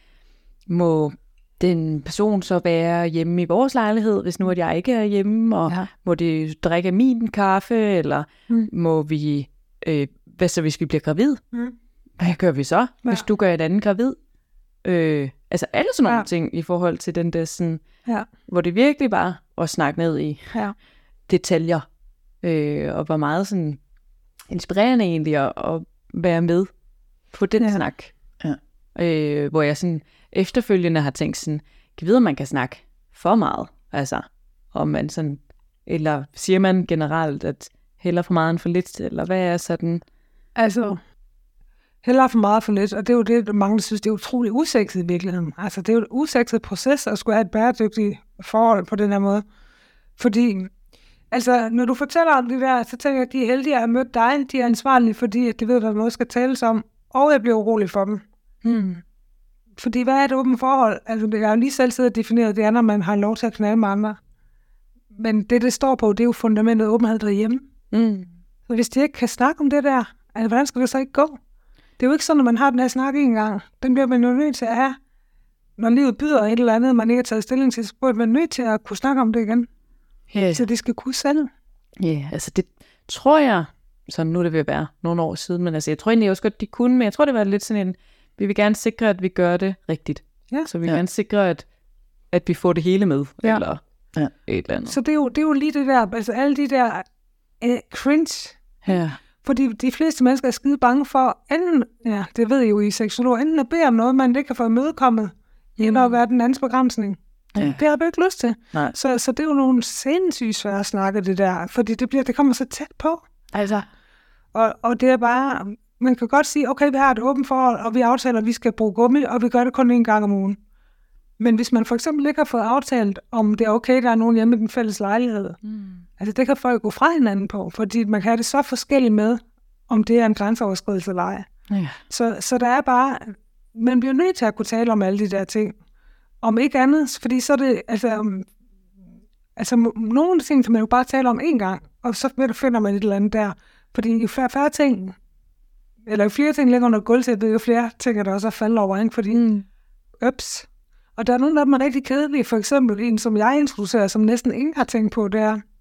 må den person så være hjemme i vores lejlighed, hvis nu at jeg ikke er hjemme, og ja. må det drikke min kaffe, eller mm. må vi, øh, hvad så hvis vi bliver gravid? Mm. Hvad gør vi så, ja. hvis du gør et andet gravid? Øh, altså alle sådan nogle ja. ting i forhold til den der sådan, ja. hvor det virkelig bare at snakke ned i ja. detaljer, øh, og var meget sådan inspirerende egentlig at, at være med på den ja. snak. Ja. Øh, hvor jeg sådan efterfølgende har tænkt sådan, kan vide, om man kan snakke for meget, altså, om man sådan, eller siger man generelt, at heller for meget end for lidt, eller hvad er sådan? Altså, heller for meget for lidt, og det er jo det, mange der synes, det er utroligt usekset i virkeligheden. Altså, det er jo et usekset proces at skulle have et bæredygtigt forhold på den her måde. Fordi, altså, når du fortæller om det der, så tænker jeg, at de er heldige at have mødt dig, de er ansvarlige, fordi at de ved, at der er noget, skal tales om, og jeg bliver urolig for dem. Hmm. Fordi hvad er et åbent forhold? Altså, det er jo lige selv siddet defineret, det er, når man har lov til at knalde med andre. Men det, det står på, det er jo fundamentet åbenhed derhjemme. Mm. Så hvis de ikke kan snakke om det der, altså, hvordan skal det så ikke gå? Det er jo ikke sådan, at man har den her snak en gang. Den bliver man jo nødt til at have. Når livet byder et eller andet, man ikke har taget stilling til, så bliver man nødt til at kunne snakke om det igen. Yeah. Så det skal kunne selv. Ja, yeah, altså det tror jeg, så nu er det ved at være nogle år siden, men altså jeg tror egentlig også godt, de kunne, men jeg tror, det var lidt sådan en, vi vil gerne sikre, at vi gør det rigtigt. Ja. Så vi vil ja. gerne sikre, at, at vi får det hele med, ja. eller ja. et eller andet. Så det er, jo, det er jo lige det der, altså alle de der uh, cringe. Ja. Fordi de fleste mennesker er skide bange for, enten, ja, det ved I jo i seksologer, enten at bede om noget, man ikke kan få imødekommet, mm. eller at være den andens begrænsning. Ja. Det har jeg ikke lyst til. Så, så det er jo nogle sindssygt svære snakke, det der, fordi det, bliver, det kommer så tæt på. Altså. Og, og det er bare, man kan godt sige, okay, vi har et åbent forhold, og vi aftaler, at vi skal bruge gummi, og vi gør det kun en gang om ugen. Men hvis man for eksempel ikke har fået aftalt, om det er okay, der er nogen hjemme i den fælles lejlighed, mm. altså det kan folk gå fra hinanden på, fordi man kan have det så forskelligt med, om det er en grænseoverskridelse eller ej. Ja. Så, så der er bare, man bliver nødt til at kunne tale om alle de der ting. Om ikke andet, fordi så er det, altså, altså nogle af de ting kan man jo bare tale om én gang, og så finder man et eller andet der. Fordi jo færre, færre ting, eller jo flere ting ligger under gulvtæppet, jo flere ting er der også at falde over, ikke? Fordi, mm. ups. Og der er nogle af dem, der er rigtig kedelige. For eksempel en, som jeg introducerer, som næsten ingen har tænkt på, det er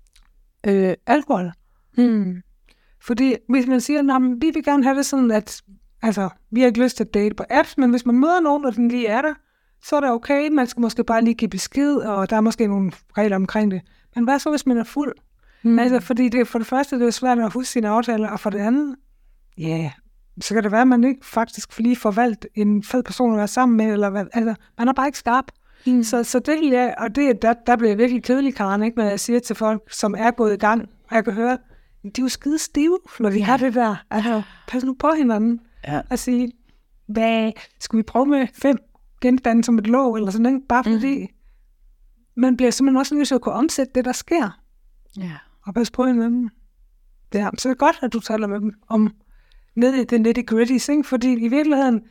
øh, alkohol. Mm. Fordi hvis man siger, at vi vil gerne have det sådan, at altså, vi har ikke lyst til at date på apps, men hvis man møder nogen, og den lige er der, så er det okay. Man skal måske bare lige give besked, og der er måske nogle regler omkring det. Men hvad så, hvis man er fuld? Mm. Altså, fordi det, for det første, det er svært at huske sine aftaler, og for det andet, ja, yeah, så kan det være, at man ikke faktisk lige får valgt en fed person at være sammen med, eller hvad, altså, man er bare ikke skarp. Mm. Så, så det, ja, og det, der, der bliver virkelig kedelig, Karen, ikke, når jeg siger til folk, som er gået i gang, og jeg kan høre, de er jo skide stive, når de ja. har det der, altså, pas nu på hinanden, ja. og sige, hvad, skal vi prøve med fem genstande som et låg, eller sådan noget, bare fordi, mm. man bliver simpelthen også nødt til at kunne omsætte det, der sker. Ja. og passe på hinanden. Ja, så er det godt, at du taler med dem om ned i det nitty-gritty, ikke? Fordi i virkeligheden,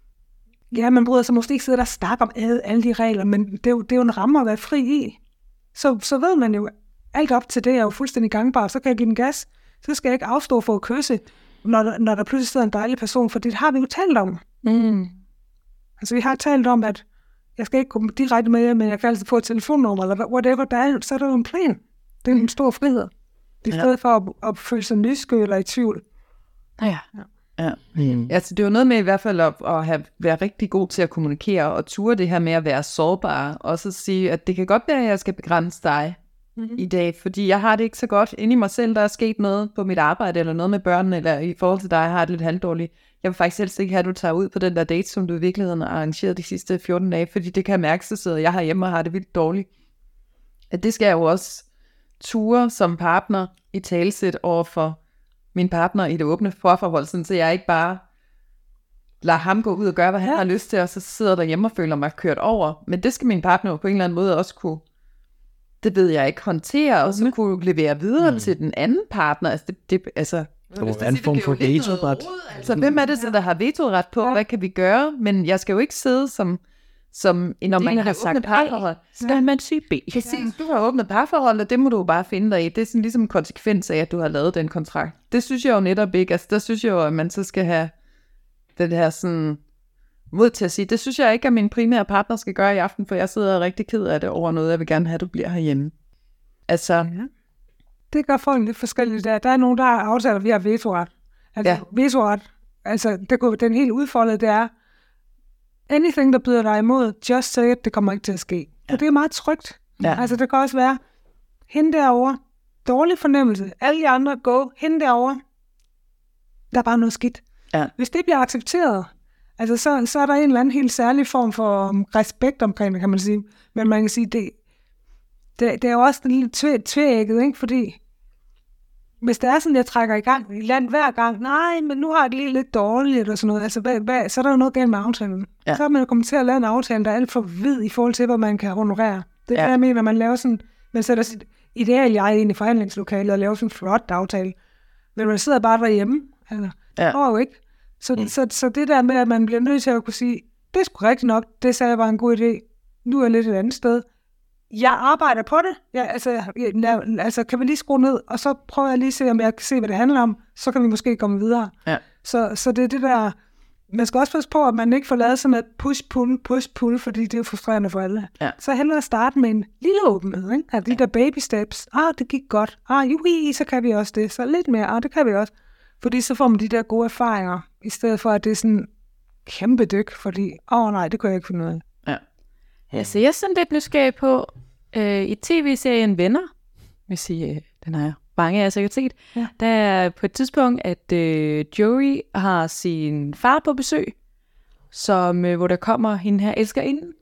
ja, man bryder sig måske ikke sidde der og snakke om alle de regler, men det er, jo, det er jo en ramme at være fri i. Så, så ved man jo, alt op til det er jo fuldstændig gangbar, så kan jeg give den gas, så skal jeg ikke afstå for at kysse, når der, når der pludselig sidder en dejlig person, for det har vi jo talt om. Mm. Altså vi har talt om, at jeg skal ikke komme direkte med jer, men jeg kan altså få et telefonnummer, eller whatever der er, så er der jo en plan. Det er en stor frihed. I stedet ja. for at, at føle sig nysgerrig eller i tvivl. Ja. ja. ja. Mm. Altså, det er jo noget med i hvert fald at, at have, være rigtig god til at kommunikere og ture det her med at være sårbar. Og så sige, at det kan godt være, at jeg skal begrænse dig mm-hmm. i dag, fordi jeg har det ikke så godt inde i mig selv, der er sket noget på mit arbejde, eller noget med børnene, eller i forhold til dig, jeg har det lidt halvdårligt. Jeg vil faktisk helst ikke have, at du tager ud på den der date, som du i virkeligheden har arrangeret de sidste fjorten dage, fordi det kan jeg mærke, så sidder jeg herhjemme og har det vildt dårligt. At det skal jeg jo også ture som partner i talesæt over for min partner i det åbne forforhold, sådan, så jeg ikke bare lader ham gå ud og gøre, hvad han ja. har lyst til, og så sidder der hjemme og føler mig kørt over. Men det skal min partner jo på en eller anden måde også kunne, det ved jeg ikke, håndtere, og så kunne levere videre mm. til den anden partner. Altså, det, det, altså, det er en form for vetoret. Altså, hvem er det så, der har vetoret på? Hvad kan vi gøre? Men jeg skal jo ikke sidde som som når man har sagt parforhold, skal man sige B. Præcis, du har åbnet parforhold, og det må du bare finde dig i. Det er sådan ligesom en konsekvens af, at du har lavet den kontrakt. Det synes jeg jo netop ikke. Altså, der synes jeg jo, at man så skal have den her sådan mod til at sige, det synes jeg ikke, at min primære partner skal gøre i aften, for jeg sidder rigtig ked af det over noget, jeg vil gerne have, at du bliver herhjemme. Altså. Ja. Det gør folk lidt forskelligt. Der, der er nogen, der har aftalt, at vi har vetoret. Altså, ja. vetoret, altså, det går, den helt udfoldet, det er, anything, der byder dig imod, just say it, det kommer ikke til at ske. Ja. Og det er meget trygt. Ja. Altså, det kan også være, hende derovre, dårlig fornemmelse, alle de andre, go, hende derovre, der er bare noget skidt. Ja. Hvis det bliver accepteret, altså, så, så er der en eller anden helt særlig form for um, respekt omkring det, kan man sige. Men man kan sige, det, det, det er jo også en lille tvæ, tvæægget, ikke? Fordi hvis det er sådan, jeg trækker i gang i land hver gang, nej, men nu har jeg det lige lidt dårligt og sådan noget, altså, hvad, hvad, så er der jo noget galt med aftalen. Ja. Så er man jo kommet til at lave en aftale, der er alt for vid i forhold til, hvad man kan honorere. Det er ja. jeg mener, man laver sådan, man sætter sit ideal jeg ind i forhandlingslokalet og laver sådan en flot aftale. Men man sidder bare derhjemme, altså, ja. det går jo ikke. Så, mm. så, så det der med, at man bliver nødt til at kunne sige, det er sgu rigtigt nok, det sagde jeg var en god idé, nu er jeg lidt et andet sted. Jeg arbejder på det. Jeg, altså, jeg, altså, kan vi lige skrue ned, og så prøver jeg lige at se, om jeg kan se, hvad det handler om. Så kan vi måske komme videre. Ja. Så, så det er det der. Man skal også passe på, at man ikke får lavet sådan et push-pull, push-pull, fordi det er jo frustrerende for alle. Ja. Så hellere at starte med en lille åbenhed. Ikke? Altså, de der baby steps. Ah, det gik godt. Ah, juhi, så kan vi også det. Så lidt mere. Ah, det kan vi også. Fordi så får man de der gode erfaringer, i stedet for, at det er sådan kæmpe dyk, fordi, åh oh, nej, det kan jeg ikke finde ud af. Ja. Ja, så jeg er sådan lidt nysgerrig på, øh, i tv-serien Venner, hvis I, øh, den har jeg mange af jer sikkert set, ja. Der er på et tidspunkt, at øh, Joey har sin far på besøg, som, øh, hvor der kommer hende her elskerinde,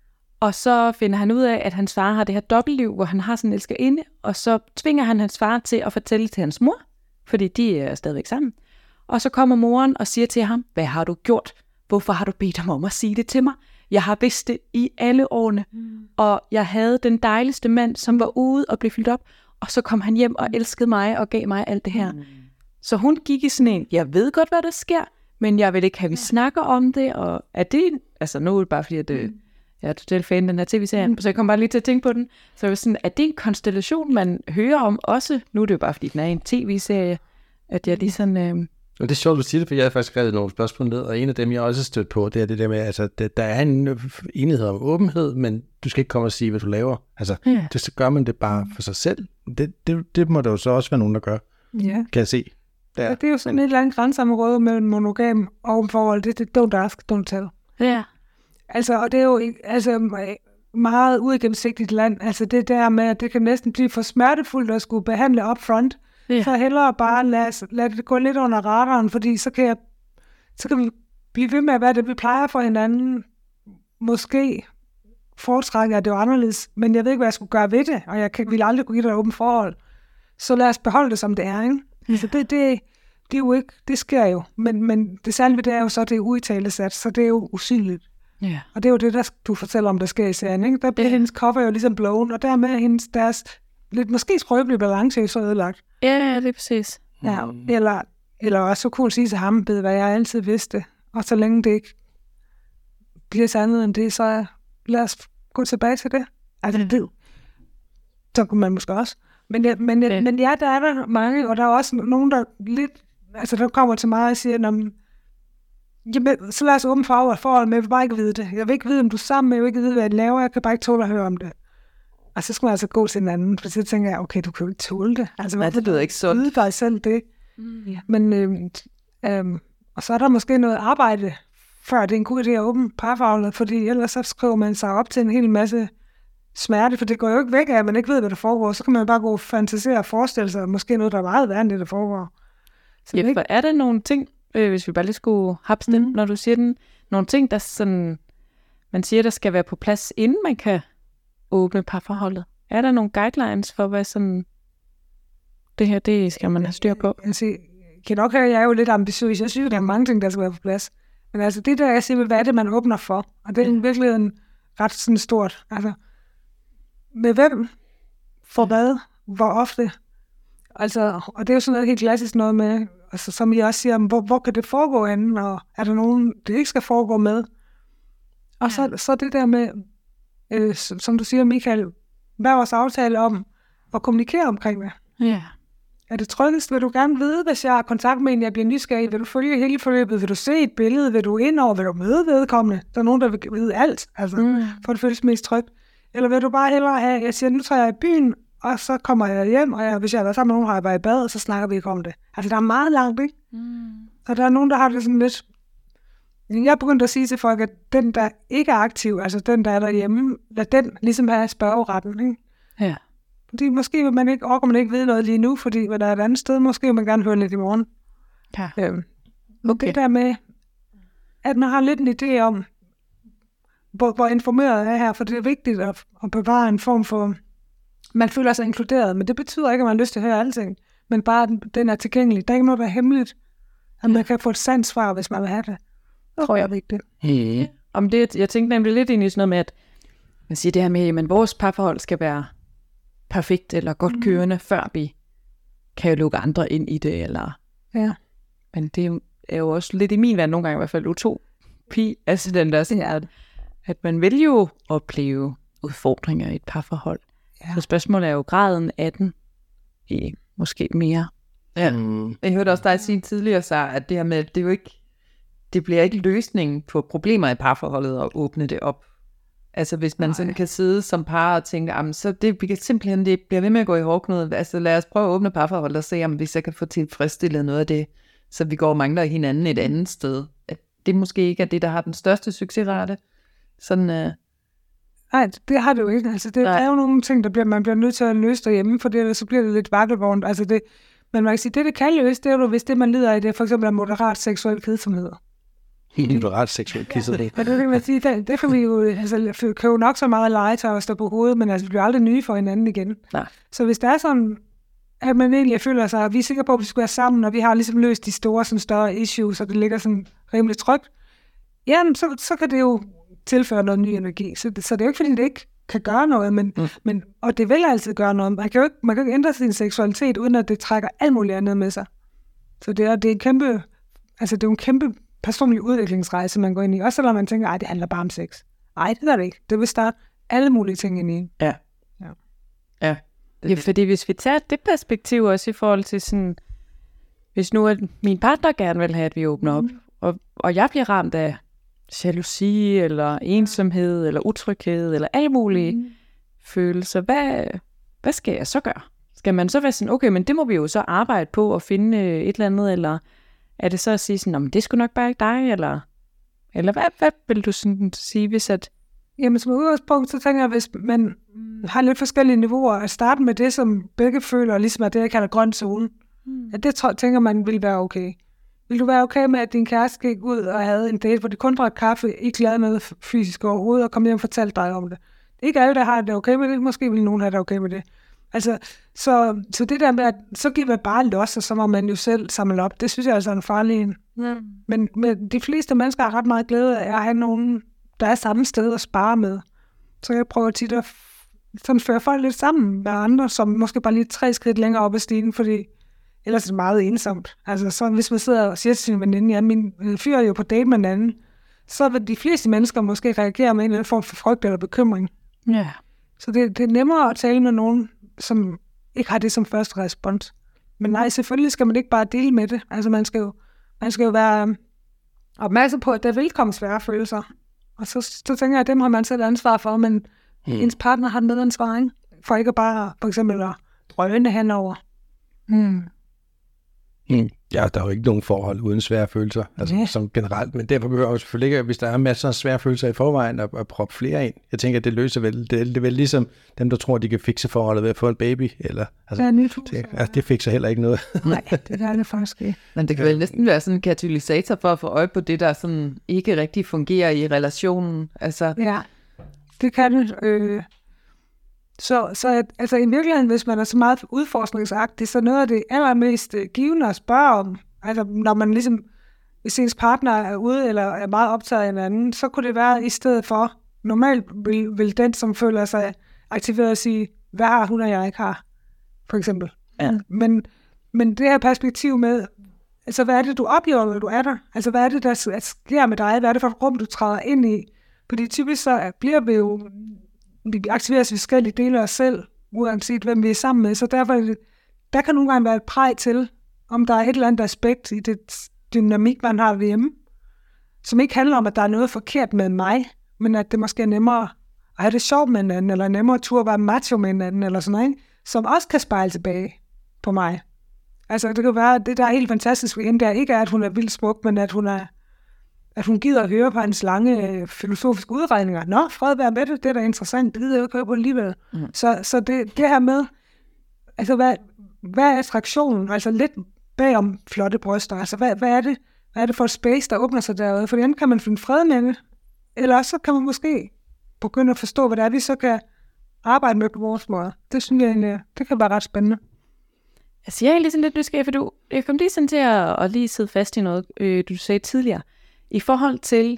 og så finder han ud af, at hans far har det her dobbeltliv, hvor han har sådan en elskerinde, og så tvinger han hans far til at fortælle til hans mor, fordi de er stadigvæk sammen. Og så kommer moren og siger til ham, hvad har du gjort? Hvorfor har du bedt ham om at sige det til mig? Jeg har vidst det i alle årene, mm. og jeg havde den dejligste mand, som var ude og blev fyldt op, og så kom han hjem og elskede mig og gav mig alt det her. Mm. Så hun gik i sådan en, jeg ved godt, hvad der sker, men jeg vil ikke have, vi snakker om det, og er det, altså nu er det bare fordi, at det, jeg er totalt fan af den her tv-serie, mm. så jeg kom bare lige til at tænke på den, så jeg var sådan, er det en konstellation, man hører om også? Nu er det jo bare fordi, den er en tv-serie, at jeg lige sådan... Øh, Og det er sjovt, du siger det, for jeg har faktisk skrevet nogle spørgsmål ned, og en af dem, jeg også har stødt på, det er det der med, altså, det, der er en enighed om åbenhed, men du skal ikke komme og sige, hvad du laver. Altså, ja. det, så gør man det bare for sig selv. Det, det, det må der jo så også være nogen, der gør, ja. Kan jeg se. Der. Ja, det er jo sådan men... et eller andet grænseområde mellem monogam og forhold. Det er don't ask, don't tell. Ja. Altså, og det er jo altså, meget uigennemsigtigt land. Altså, det der med, at det kan næsten blive for smertefuldt at skulle behandle upfront. Ja. Så hellere bare lad, lad det gå lidt under radaren, fordi så kan, jeg, så kan vi blive ved med at være det, vi plejer for hinanden. Måske foretrækker jeg det jo anderledes, men jeg ved ikke, hvad jeg skulle gøre ved det, og jeg kan, vil aldrig kunne give dig et åbent forhold. Så lad os beholde det, som det er, ikke? Ja. Så det, det, det er jo ikke, det sker jo, men, men det særlige ved det er jo så, det er udtalesat, så det er jo usynligt. Ja. Og det er jo det, der du fortæller om, der sker i serien, ikke? Der bliver ja. hendes cover jo ligesom blown, og dermed hendes deres lidt måske skrøbelig balance, så ødelagt. Ja, det er præcis. Ja, eller, eller også så kunne hun sige til ham, ved hvad jeg altid vidste, og så længe det ikke bliver sandet end det, så lad os gå tilbage til det. Altså, det, så kunne man måske også. Men, ja, men, ja. men ja, der er der mange, og der er også nogen, der lidt, altså der kommer til mig og siger, jamen, så lad os åbne for forhold, men jeg vil bare ikke vide det. Jeg vil ikke vide, om du er sammen, jeg vil ikke vide, hvad jeg laver, jeg kan bare ikke tåle at høre om det. Og så skal man altså gå til en anden, for så tænker jeg, okay, du kan jo ikke tåle det. Altså, Nej, det lyder ikke sundt. Vide dig selv det. Mm, yeah. Men, øhm, øhm, og så er der måske noget arbejde, før det er en god idé at åbne parforholdet, fordi ellers så skriver man sig op til en hel masse smerte, for det går jo ikke væk af, at man ikke ved, hvad der foregår. Så kan man bare gå og fantasere og forestille sig, måske noget, der er meget værre end det, der foregår. Så ja, det for er der nogle ting, øh, hvis vi bare lige skulle hapse den, mm. når du siger den, nogle ting, der sådan, man siger, der skal være på plads, inden man kan åbne parforholdet? Er der nogle guidelines for, hvad sådan, det her, det skal man have styr på? Altså, jeg kan nok høre, at jeg er jo lidt ambitiøs. Jeg synes, der er mange ting, der skal være på plads. Men altså, det der, jeg siger, hvad er det, man åbner for? Og det er virkelig en ret sådan stort. Altså, med hvem? For hvad? Hvor ofte? Altså, og det er jo sådan noget helt klassisk noget med, altså, som jeg også siger, hvor, hvor kan det foregå henne? Og er der nogen, det ikke skal foregå med? Og så, så det der med, øh, som du siger, Michael, hvad er vores aftale om at kommunikere omkring det? Ja. Er det tryggest? Vil du gerne vide, hvis jeg har kontakt med en, jeg bliver nysgerrig? Vil du følge hele forløbet? Vil du se et billede? Vil du ind over? Vil du møde vedkommende? Der er nogen, der vil vide alt, altså, mm. for det føles mest trygt. Eller vil du bare hellere have, jeg siger, nu tager jeg i byen, og så kommer jeg hjem, og jeg, hvis jeg har været sammen med nogen, har jeg bare i bad, og så snakker vi ikke om det. Altså, der er meget langt, ikke? Mm. Og der er nogen, der har det sådan lidt. Jeg er begyndt at sige til folk, at den, der ikke er aktiv, altså den, der er derhjemme, lad den ligesom have spørgeretten, ikke? Ja. Fordi måske vil man ikke, orker man ikke vide noget lige nu, fordi der er et andet sted, måske vil man gerne høre lidt i morgen. Ja. Øhm, okay. Det der med, at man har lidt en idé om, hvor, hvor informeret er her, for det er vigtigt at, at bevare en form for, man føler sig inkluderet, men det betyder ikke, at man har lyst til at høre alting, men bare, at den er tilgængelig. Der er ikke noget, der er hemmeligt, at man kan få et sandt svar, hvis man vil have det. Det tror jeg er vigtigt. Ja. Om det, jeg tænkte nemlig lidt ind i sådan noget med, at man siger det her med, at vores parforhold skal være perfekt eller godt kørende, mm. før vi kan jo lukke andre ind i det, eller. Ja. Men det er jo også lidt i min verden nogle gange i hvert fald utopi, altså den der sådan, ja. at, at man vil jo opleve udfordringer i et parforhold. Ja. Så spørgsmålet er jo graden af den, i måske mere. Ja. Mm. Jeg hørte også dig sige tidligere, så at det her med, det er jo ikke, det bliver ikke løsningen på problemer i parforholdet at åbne det op. Altså hvis man Nej. sådan kan sidde som par og tænke, jamen, så det, vi kan simpelthen, det bliver ved med at gå i hårdknude. Altså lad os prøve at åbne parforholdet og se, om vi så kan få tilfredsstillet noget af det, så vi går og mangler hinanden et andet sted. At det måske ikke er det, der har den største succesrate. Sådan, øh... Nej, det har det jo ikke. Altså det Nej. er jo nogle ting, der bliver, man bliver nødt til at løse derhjemme, for det, så bliver det lidt vakkelvognt. Altså det, men man kan sige, det det kan løse, det er jo, hvis det man lider af, det er for eksempel af moderat seksuel kedsomhed. Moderat seksuel kedsomhed. Ja, det kan man sige, det, det kan vi jo, altså kan jo nok så meget legetøj og stå på hovedet, men altså vi bliver aldrig nye for hinanden igen. Nej. Så hvis der er sådan, at man egentlig føler sig, at vi er sikre på, at vi skal være sammen, og vi har ligesom løst de store, sådan større issues, og det ligger sådan rimelig trygt, jamen så, så kan det jo tilføre noget ny energi. Så, så det er jo ikke, fordi det ikke kan gøre noget, men, mm. men, og det vil altid gøre noget. Man kan jo ikke, man kan ikke ændre sin seksualitet, uden at det trækker alt muligt andet med sig. Så det er, det er en kæmpe, altså det er en kæmpe personlig udviklingsrejse, man går ind i. Også selvom man tænker, ej, det handler bare om sex. Ej, det er det ikke. Det vil starte alle mulige ting ind i. Ja. Ja. Ja. Ja, fordi hvis vi tager det perspektiv også i forhold til sådan, hvis nu at min partner gerne vil have, at vi åbner op, mm. og, og jeg bliver ramt af jalousi, eller ensomhed, eller utryghed, eller alle mulige mm. følelser, hvad, hvad skal jeg så gøre? Skal man så være sådan, okay, men det må vi jo så arbejde på og finde et eller andet, eller er det så at sige sådan, det skulle nok bare ikke dig, eller, eller hvad, hvad vil du sådan sige, hvis at... Jamen som udgangspunkt, så tænker jeg, hvis man har lidt forskellige niveauer, at starte med det, som begge føler, ligesom er det, jeg kalder grøn zone, mm. at det tror, tænker man vil være okay. Vil du være okay med, at din kæreste gik ud og havde en date, hvor de kun drak kaffe, ikke lavede noget fysisk overhovedet, og kom hjem og fortalte dig om det? Det er ikke alle, der har det okay med det. Måske vil nogen have det okay med det. Altså, så, så det der med, at så giver man bare los, og så må man jo selv samle op. Det synes jeg altså er en farlig en. Mm. Men, men de fleste mennesker har ret meget glæde af at have nogen, der er samme sted at spare med. Så jeg prøver tit at sådan fører folk lidt sammen med andre, som måske bare lige tre skridt længere op ad stigen, fordi ellers er det meget ensomt. Altså så hvis man sidder og siger til sin veninde, ja, min fyr er jo på date med en anden, så vil de fleste mennesker måske reagere med en eller anden form for frygt eller bekymring. Ja. Så det, det er nemmere at tale med nogen, som ikke har det som første respons. Men nej, selvfølgelig skal man ikke bare dele med det. Altså man skal jo, man skal jo være opmærksom på, at der vil komme svære følelser. Og så, så tænker jeg, at dem har man selv ansvar for, men mm. ens partner har medansvar, ikke? For ikke bare for eksempel at drøne henover. Mm. Mm. Ja, der er jo ikke nogen forhold uden svære følelser, altså yeah. som generelt, men derfor behøver jeg selvfølgelig ikke, hvis der er masser af svære følelser i forvejen, at, at proppe flere ind. Jeg tænker, at det løser vel, det, det er vel ligesom dem, der tror, at de kan fikse forholdet ved at få en baby, eller, altså, det, nyt hus, det, altså, det fikser heller ikke noget. Nej, det er det faktisk ikke. Men det kan vel næsten være sådan en katalysator for at få øje på det, der sådan ikke rigtig fungerer i relationen. Altså. Ja, det kan det. Øh... Så, så altså i virkeligheden, hvis man er så meget udforskningsagtig, så noget af det allermest givende at spørge om, altså når man ligesom, hvis ens partner er ude eller er meget optaget af en anden, så kunne det være i stedet for, normalt vil, vil den, som føler sig aktiveret, sige, hvad har hun og jeg ikke har, for eksempel. Ja. Men, men det her perspektiv med, altså hvad er det, du oplever, når du er der? Altså hvad er det, der sker med dig? Hvad er det for et rum, du træder ind i? Fordi typisk så bliver vi jo vi aktiveres i forskellige dele af os selv, uanset hvem vi er sammen med, så derfor der kan nogle gange være et præg til, om der er et eller andet aspekt i det dynamik, man har hjemme, som ikke handler om, at der er noget forkert med mig, men at det måske er nemmere at have det sjovt med hinanden, eller nemmere at turde være macho med hinanden, eller sådan noget, som også kan spejle tilbage på mig. Altså det kan være, at det der er helt fantastisk ved hende, der ikke er, at hun er vildt smuk, men at hun er at hun gider at høre på hans lange øh, filosofiske udregninger. Nå, fred være med det, det er da interessant, det gider jeg jo ikke høre på alligevel. Mm. Så, så det, det her med, altså hvad, hvad er attraktionen, altså lidt bagom flotte bryster, altså hvad, hvad, er det, hvad er det for et space, der åbner sig derude, for enten kan man finde fred med det, eller også så kan man måske begynde at forstå, hvad det er, vi så kan arbejde med på vores måde. Det synes jeg, det kan være ret spændende. Jeg siger egentlig sådan lidt nysgerrig, for du, jeg kom lige sådan til at, at lige sidde fast i noget, øh, du sagde tidligere. I forhold til,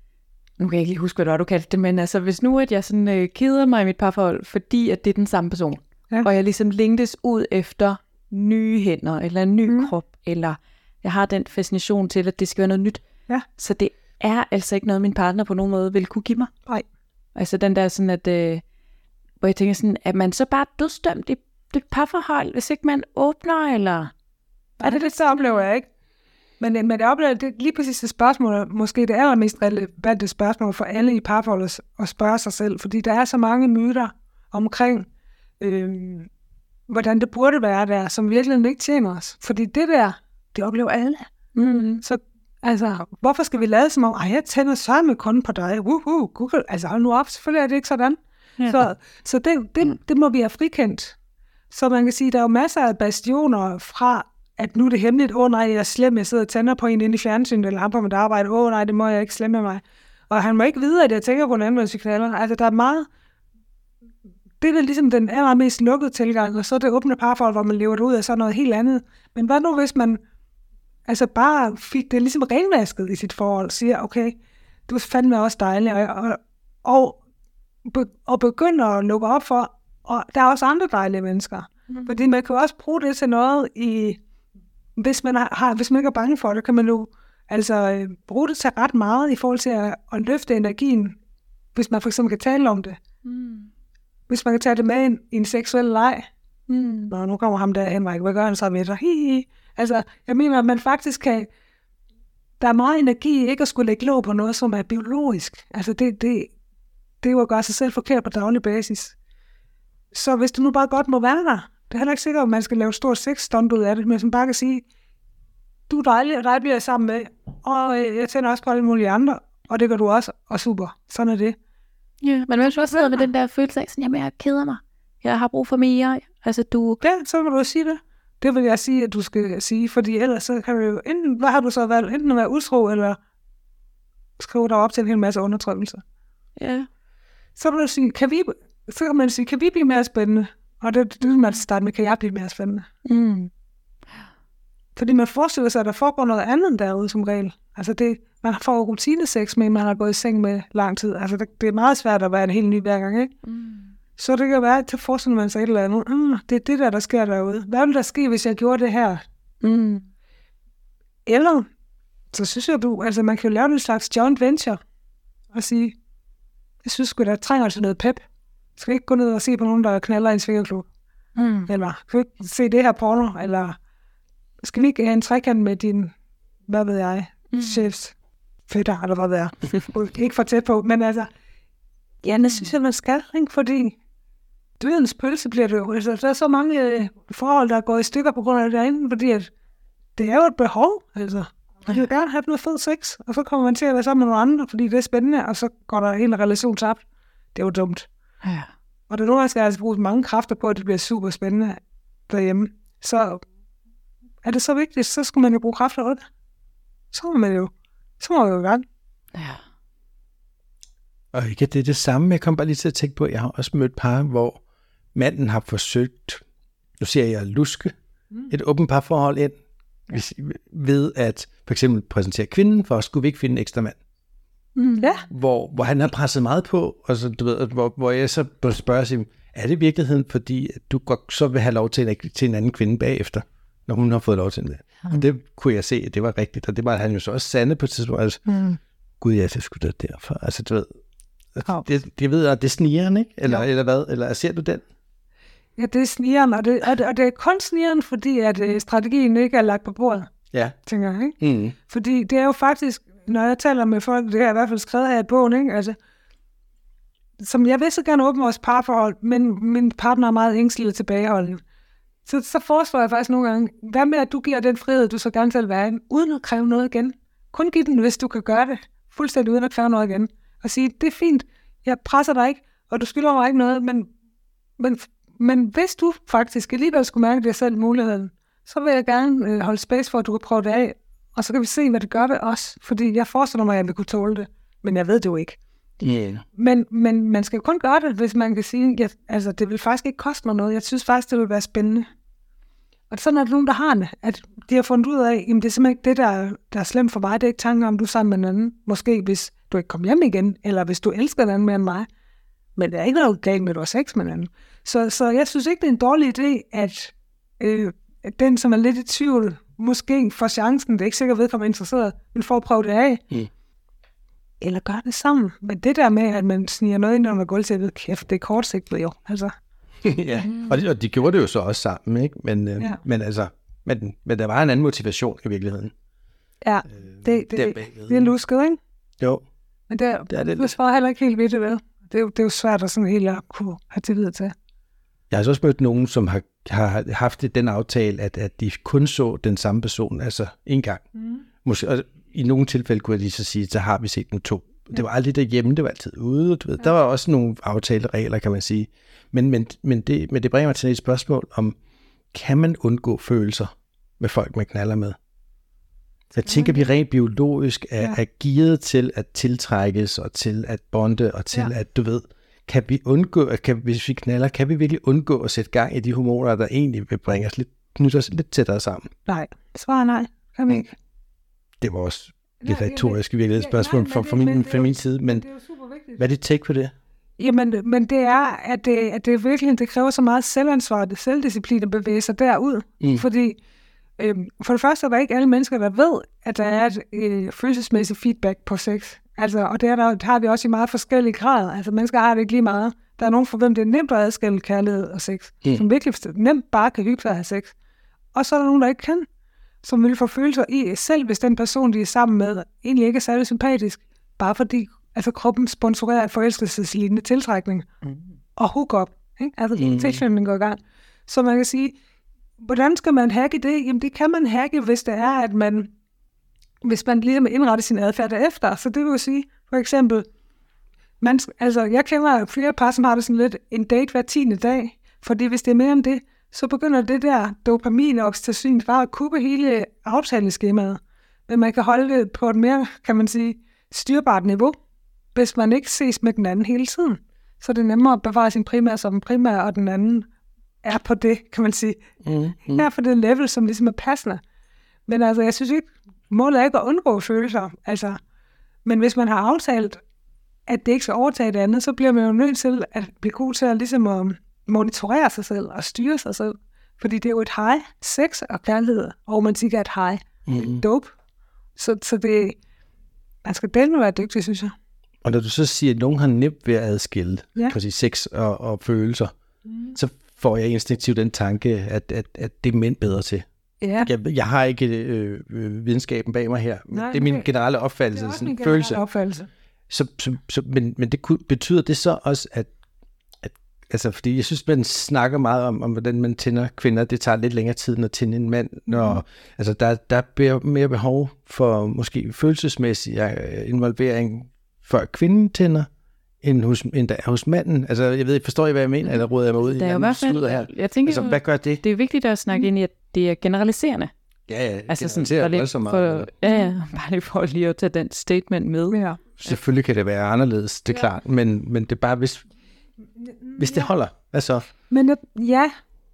nu kan jeg ikke lige huske, hvad det var, du kaldte det, men altså hvis nu, at jeg sådan øh, keder mig i mit parforhold, fordi at det er den samme person, ja. Og jeg ligesom længtes ud efter nye hænder, eller en ny mm. krop, eller jeg har den fascination til, at det skal være noget nyt. Ja. Så det er altså ikke noget, min partner på nogen måde vil kunne give mig. Nej. Altså den der sådan, at, øh, hvor jeg tænker sådan, at man så bare dødsdømt i det parforhold, hvis ikke man åbner, eller? Er det det, så oplever jeg ikke. Men, men jeg oplever, det lige præcis det spørgsmål, måske det allermest relevante spørgsmål for alle i parforholdet at spørge sig selv, fordi der er så mange myter omkring, øh, hvordan det burde være der, som virkelig ikke tjener os. Fordi det der, det oplever alle. Mm. Så altså, hvorfor skal vi lade som om, ej, jeg tænder så med kun på dig, woohoo, Google, altså hold nu op, selvfølgelig er det ikke sådan. Ja. Så, så det, det, det må vi have frikendt. Så man kan sige, der er jo masser af bastioner fra, at nu er det hemmeligt, åh oh, nej, jeg er slem, jeg sidder og tænder på en inde i fjernsynet, eller ham på mit arbejde, åh oh, nej, det må jeg ikke slemme med mig. Og han må ikke vide, at jeg tænker på en anden, hvis vi knaller. Altså, der er meget, det er ligesom den allermest lukkede tilgang, og så er det åbne parforhold, hvor man lever det ud af sådan noget helt andet. Men hvad nu, hvis man altså bare fik det ligesom renvasket i sit forhold, siger, okay, du er fandme også dejlig, og, og, og, og begynder at lukke op for, og der er også andre dejlige mennesker. Mm. Fordi man kan også bruge det til noget i, hvis man, har, hvis man ikke er bange for det, kan man jo altså bruge det til ret meget i forhold til at, at løfte energien, hvis man for eksempel kan tale om det. Mm. Hvis man kan tage det med ind i en seksuel leg. Mm. Nå, nu kommer ham der, Henrik, hvad gør han så med dig? Hihi. Altså, jeg mener, at man faktisk kan, der er meget energi ikke at skulle lægge låg på noget, som er biologisk. Altså, det, det, det er jo at gøre sig selv forkert på daglig basis. Så hvis det nu bare godt må være der, det er heller ikke sikkert, at man skal lave stor sexstunt ud af det, men som bare kan sige, du er dejlig, og dig bliver jeg sammen med, og jeg tænder også på alle mulige andre, og det gør du også, og super. Sådan er det. Ja, men man også sidder med den der følelse af, sådan, jamen jeg keder mig, jeg har brug for mere. Altså du... Ja, så vil du sige det. Det vil jeg sige, at du skal sige, fordi ellers så kan du jo, enten, hvad har du så valgt, enten at være utro, eller skrive dig op til en hel masse undertrykkelse. Ja. Så vil du sige, kan vi, så kan man sige, kan vi blive mere spændende? Og det, det vil man starte med, kan jeg blive mere spændende? Mm. Fordi man forestiller sig, at der foregår noget andet derude som regel. Altså det, man får rutinesex med, man har gået i seng med lang tid. Altså det, det er meget svært at være en helt ny hver gang, ikke? Mm. Så det kan være, at så forestiller man sig et eller andet. Mm, det er det der, der sker derude. Hvad ville der ske, hvis jeg gjorde det her? Mm. Eller, så synes jeg, du, altså man kan jo lave en slags joint venture og sige, jeg synes sgu, der trænger til noget pep. Skal vi ikke gå ned og se på nogen, der knaller i en svingerklub? Mm. Eller skal vi ikke se det her porno? Eller skal vi ikke have en trekant med din, hvad ved jeg, mm. chefs fætter, eller hvad det er. Ikke for tæt på, men altså, ja, det synes jeg, man skal, ikke? Fordi dødens pølse bliver det jo. Altså, der er så mange øh, forhold, der er gået i stykker på grund af det derinde, fordi at det er jo et behov, altså. Man vil gerne have noget fed sex, og så kommer man til at være sammen med nogle andre, fordi det er spændende, og så går der hele relation tabt. Det er jo dumt. Ja. Og det er nogle gange, skal altså bruge mange kræfter på, at det bliver super spændende derhjemme. Så er det så vigtigt, så skal man jo bruge kræfter på det. Så må man jo, så må man jo i gang. Ja. Og ikke, det er det samme. Jeg kom bare lige til at tænke på, jeg har også mødt par, hvor manden har forsøgt, nu siger jeg, at luske mm. et åbent parforhold ind, ja. ved at for eksempel præsentere kvinden, for at skulle vi ikke finde en ekstra mand. Mm. Ja. Hvor, hvor han har presset meget på, og så, du ved, hvor, hvor jeg så spørger sig, er det i virkeligheden, fordi du godt så vil have lov til en, til en anden kvinde bagefter, når hun har fået lov til det. Mm. Og det kunne jeg se, at det var rigtigt, og det var han jo så også sande på et tidspunkt. Altså, mm. gud, ja, det skulle det derfor. Altså, du ved, det, det ved jeg, det er snigeren, ikke? Eller, ja. eller hvad? Eller ser du den? Ja, det er snigeren, og det, og det, og det er kun snigeren, fordi at uh, strategien ikke er lagt på bordet, ja. tænker jeg, ikke? Mm. Fordi det er jo faktisk, når jeg taler med folk, det har jeg i hvert fald skrevet af i bogen, ikke? Altså, som jeg vil så gerne åbne vores parforhold, men min partner er meget ængstelig og tilbageholdende. Så, så foreslår jeg faktisk nogle gange, hvad med at du giver den frihed, du så gerne selv vil være, uden at kræve noget igen. Kun giv den, hvis du kan gøre det, fuldstændig uden at kræve noget igen. Og sige, det er fint, jeg presser dig ikke, og du skylder mig ikke noget, men, men, men hvis du faktisk alligevel skulle mærke dig selv muligheden, så vil jeg gerne øh, holde space for, at du kan prøve det af, og så kan vi se, hvad det gør ved os, fordi jeg forestiller mig, at jeg vil kunne tåle det, men jeg ved det jo ikke. Yeah. Men, men man skal jo kun gøre det, hvis man kan sige, at altså, det vil faktisk ikke koste mig noget. Jeg synes faktisk, det vil være spændende. Og sådan er der nogen, der har det, at de har fundet ud af, at det er simpelthen ikke det, der, der er slemt for mig. Det er ikke tanken om, du er sammen med en anden. Måske hvis du ikke kommer hjem igen, eller hvis du elsker den anden mere end mig. Men det er ikke noget galt med, at du har sex med en anden. Så, så jeg synes ikke, det er en dårlig idé, at, øh, at den, som er lidt i tvivl, måske får chancen, det er ikke sikkert, at vedkommende er interesseret, men får at prøve det af. Mm. Eller gør det sammen. Men det der med, at man sniger noget ind under gulvtæppet, kæft, det er kortsigtet jo. Altså. Ja, og de, og de gjorde det jo så også sammen, ikke? Men, øh, ja. men altså, men, men der var en anden motivation i virkeligheden. Ja, øh, det, det, det, det er lusket, ikke? Jo. Men det, det er det. Du svarer heller ikke helt ved det, vel? Det er, jo, det er jo svært at sådan helt at kunne have tillid til. Jeg har også mødt nogen, som har, har haft den aftale, at, at de kun så den samme person, altså en gang. Mm. Måske, og i nogle tilfælde kunne de så sige, så har vi set dem to. Ja. Det var aldrig derhjemme, det var altid ude. Du ved. Ja. Der var også nogle aftaleregler, kan man sige. Men, men, men, det, men det bringer mig til et spørgsmål om, kan man undgå følelser med folk, man knaller med? Jeg tænker, vi rent biologisk er, ja. er gearet til at tiltrækkes, og til at bonde, og til ja. at, du ved, kan vi undgå, at kan, hvis vi knaller, kan vi virkelig undgå at sætte gang i de hormoner, der egentlig vil bringe os lidt, knytte os lidt tættere sammen? Nej, svarer nej. Kan vi ikke. Det var også et retorisk virkelig spørgsmål fra, fra min, fra min side, men det er jo super vigtigt. Hvad er dit take på det? Jamen, men det er, at det, at det virkelig det kræver så meget selvansvar, det selvdisciplin at bevæge sig derud. Mm. Fordi øh, for det første er der ikke alle mennesker, der ved, at der er et øh, følelsesmæssigt feedback på sex. Altså, og det, er der, det har vi også i meget forskellige grader. Altså, mennesker har det ikke lige meget. Der er nogen, for hvem det er nemt at adskille kærlighed og sex. Mm. Som virkelig nemt bare kan hygge sig at have sex. Og så er der nogen, der ikke kan. Som vil få følelser i, selv hvis den person, de er sammen med, egentlig ikke er særlig sympatisk. Bare fordi altså, kroppen sponsorerer en forelskelseslignende tiltrækning. Mm. Og hook-up. Ikke? Altså, mm. tilknytning går i gang. Så man kan sige, hvordan skal man hacke det? Jamen, det kan man hacke, hvis det er, at man hvis man lige med indrette sin adfærd derefter. Så det vil jo sige, for eksempel, man, altså, jeg kender flere par, som har det sådan lidt en date hver tiende dag. Fordi hvis det er mere end det, så begynder det der dopamin og oxytocin bare at kuppe hele aftaleskemaet. Men man kan holde det på et mere, kan man sige, styrbart niveau, hvis man ikke ses med den anden hele tiden. Så er det nemmere at bevare sin primær som primær, og den anden er på det, kan man sige. Mm-hmm. Her for det level, som ligesom er passende. Men altså, jeg synes ikke, målet er ikke at undgå følelser. Altså, men hvis man har aftalt, at det ikke skal overtage det andet, så bliver man jo nødt til at blive god til at, ligesom at monitorere sig selv og styre sig selv. Fordi det er jo et high. Sex og kærlighed og romantik er et high. Mm-hmm. Dope. Så, så det, man skal dele med være dygtig, synes jeg. Og når du så siger, at nogen har nemt ved at adskille ja. præcis sex og, og følelser, mm. så får jeg instinktivt den tanke, at, at, at det er mænd bedre til. Ja. Jeg, jeg har ikke øh, øh, videnskaben bag mig her. Nej, det er min generelle opfattelse. Det er også sådan, min generelle følelse. opfattelse. Så, så, så, men men det kunne, betyder det så også, at, at altså, fordi jeg synes, man snakker meget om, om hvordan man tænder kvinder. Det tager lidt længere tid end at tænde en mand. Når, mm. altså, der, der bliver mere behov for måske følelsesmæssig involvering, før kvinden tænder, end hos, end der, hos manden. Altså, jeg ved, forstår I, hvad jeg mener? Eller råder jeg mig ud i en anden sludder her? Jeg tænker, altså, hvad gør det? Det er vigtigt at snakke mm. ind i, at det er generaliserende. Ja, ja, altså sådan, for lige, så meget. For, ja, ja, bare lige for lige at tage den statement med. Ja. Selvfølgelig kan det være anderledes, det er ja. klart, men, men det er bare, hvis, hvis det ja. holder, hvad så? Men ja,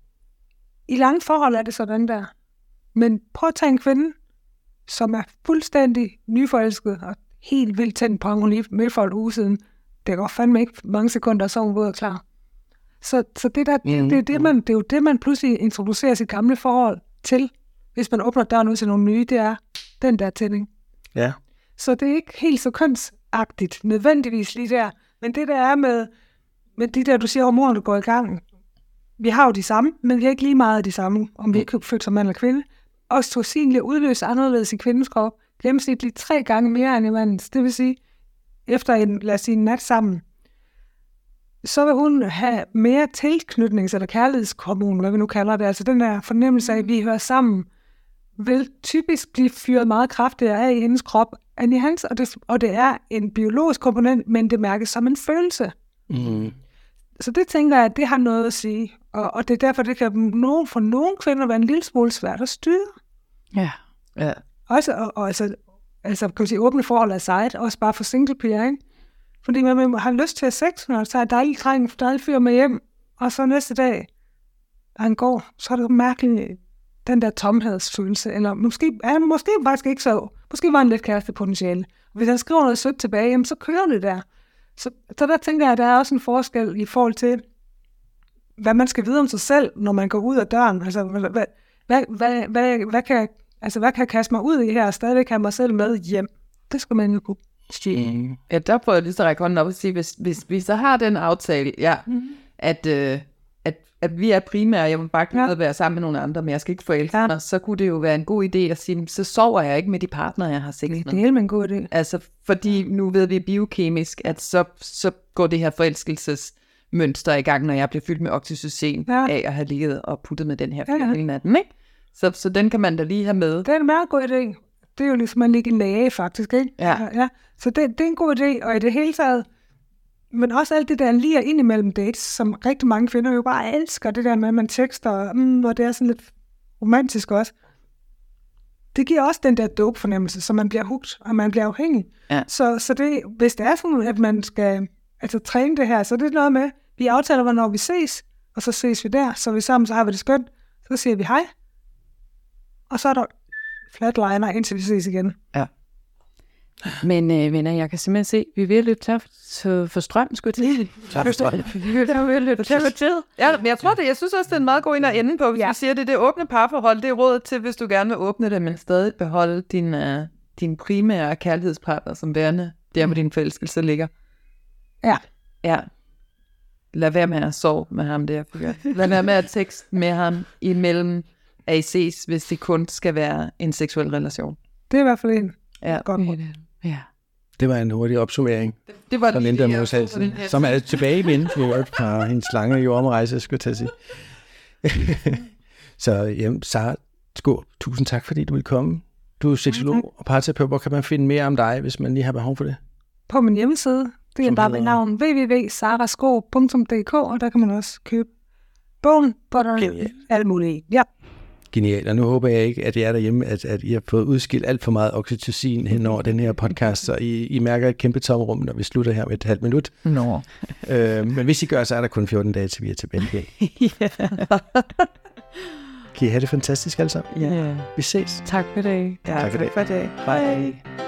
i lange forhold er det sådan der. Men prøv at tage en kvinde, som er fuldstændig nyforelsket og helt vildt tændt på, hun lige med for et uge siden. Det går fandme ikke mange sekunder, så er hun ude og klar. Så, så det, der, mm. det, er det, man, det er jo det, man pludselig introducerer sit gamle forhold til, hvis man åbner døren ud til nogle nye, det er den der tænding. Ja. Så det er ikke helt så kønsagtigt, nødvendigvis lige der. Men det der er med, med de der, du siger, hormonerne går i gang. Vi har jo de samme, men vi har ikke lige meget af de samme, om vi ikke er født som mand eller kvinde. Oxytocin bliver udløst anderledes i kvindens krop, gennemsnitligt tre gange mere end i mandens. Det vil sige, efter en, lad os sige, en nat sammen, så vil hun have mere tilknytnings- eller kærlighedshormon, hvad vi nu kalder det. Altså den der fornemmelse af, at vi hører sammen, vil typisk blive fyret meget kraftigere af i hendes krop end i hans, og det, og det er en biologisk komponent, men det mærkes som en følelse. Mm. Så det tænker jeg, at det har noget at sige, og, og det er derfor, det kan nogen, for nogle kvinder være en lille smule svært at styre. Ja. Ja. Også, og, og altså, altså, kan man sige, åbne forhold af sejt, også bare for singlepiger, ikke? Fordi man har lyst til at sex, når der tager dejlig dreng, dejlig fyr med hjem, og så næste dag, da han går, så er det mærkeligt, den der tomhedsfølelse, eller måske, ja, måske faktisk ikke så, måske var en lidt kærestepotentiale. Hvis han skriver noget sødt tilbage, jamen, så kører det der. Så, så der tænker jeg, at der er også en forskel i forhold til, hvad man skal vide om sig selv, når man går ud af døren. Altså, hvad, hvad, hvad, hvad, hvad, kan, altså, hvad kan jeg kaste mig ud i her, og stadigvæk have mig selv med hjem? Det skal man jo kunne sige. Mm. Ja, der prøver jeg lige så række hånden op og sige, hvis, hvis vi så har den aftale, ja, mm. at... Øh, at vi er primære, jeg vil bare gerne ja. være sammen med nogle andre, men jeg skal ikke forelske ja. mig, så kunne det jo være en god idé at sige, så sover jeg ikke med de partnere, jeg har sex med. Det er helt en god idé. Altså, fordi nu ved vi biokemisk, at så, så går det her forelskelsesmønster i gang, når jeg bliver fyldt med oxytocin ja. af at have ligget og puttet med den her fyr ja, ja. hele natten, ikke? Så, så den kan man da lige have med. Det er en meget god idé. Det er jo ligesom at ligge i læge, faktisk, ikke? Ja. ja, ja. Så det, det er en god idé, og i det hele taget, men også alt det der lige ind imellem dates, som rigtig mange kvinder jo bare elsker, det der med, at man tekster, mm, og det er sådan lidt romantisk også. Det giver også den der dope-fornemmelse, så man bliver hooked, og man bliver afhængig. Ja. Så, så det, hvis det er sådan, at man skal altså, træne det her, så det er noget med, vi aftaler, hvornår vi ses, og så ses vi der, så er vi sammen, så har vi det skønt, så siger vi hej, og så er der flatliner, indtil vi ses igen. Ja. Men øh, venner, jeg kan simpelthen se, vi er ved at løbe tør for strøm, skulle jeg til. Tør for strøm. Vi er ved at løbe tør for tid. Ja, men jeg tror det, jeg synes også, det er en meget god ind at ende på, hvis ja. du siger det, det åbne parforhold, det er rådet til, hvis du gerne vil åbne det, men stadig beholde din, uh, din primære kærlighedspartner som værende, der hvor din forelskelse ligger. Ja. Ja. Lad være med at sove med ham der. Lad være med at tekste med ham imellem, at I ses, hvis det kun skal være en seksuel relation. Det er i hvert fald en. Ja, godt. Ja. Det var en hurtig opsummering. Det, det var det, Linda Moos Hansen, som er tilbage i vind fra hendes lange jordomrejse, skulle jeg til at sige. Så jamen, Sara Skaarup, tusind tak, fordi du ville komme. Du er seksolog ja, og parterapeut. Hvor kan man finde mere om dig, hvis man lige har behov for det? På min hjemmeside. Det er bare mit navn, w w w punktum sara skaarup punktum d k, og der kan man også købe bogen, hvor der er alt muligt. Ja. Genialt, og nu håber jeg ikke, at I er derhjemme, at, at I har fået udskilt alt for meget oxytocin hen over den her podcast, så I, I mærker et kæmpe tomrum, når vi slutter her med et halvt minut. Nå. Øh, men hvis I gør, så er der kun fjorten dage, til vi er tilbage igen. Ja. Kan I have det fantastisk alle sammen? Ja. Vi ses. Tak for det. Ja, tak for det. Hej.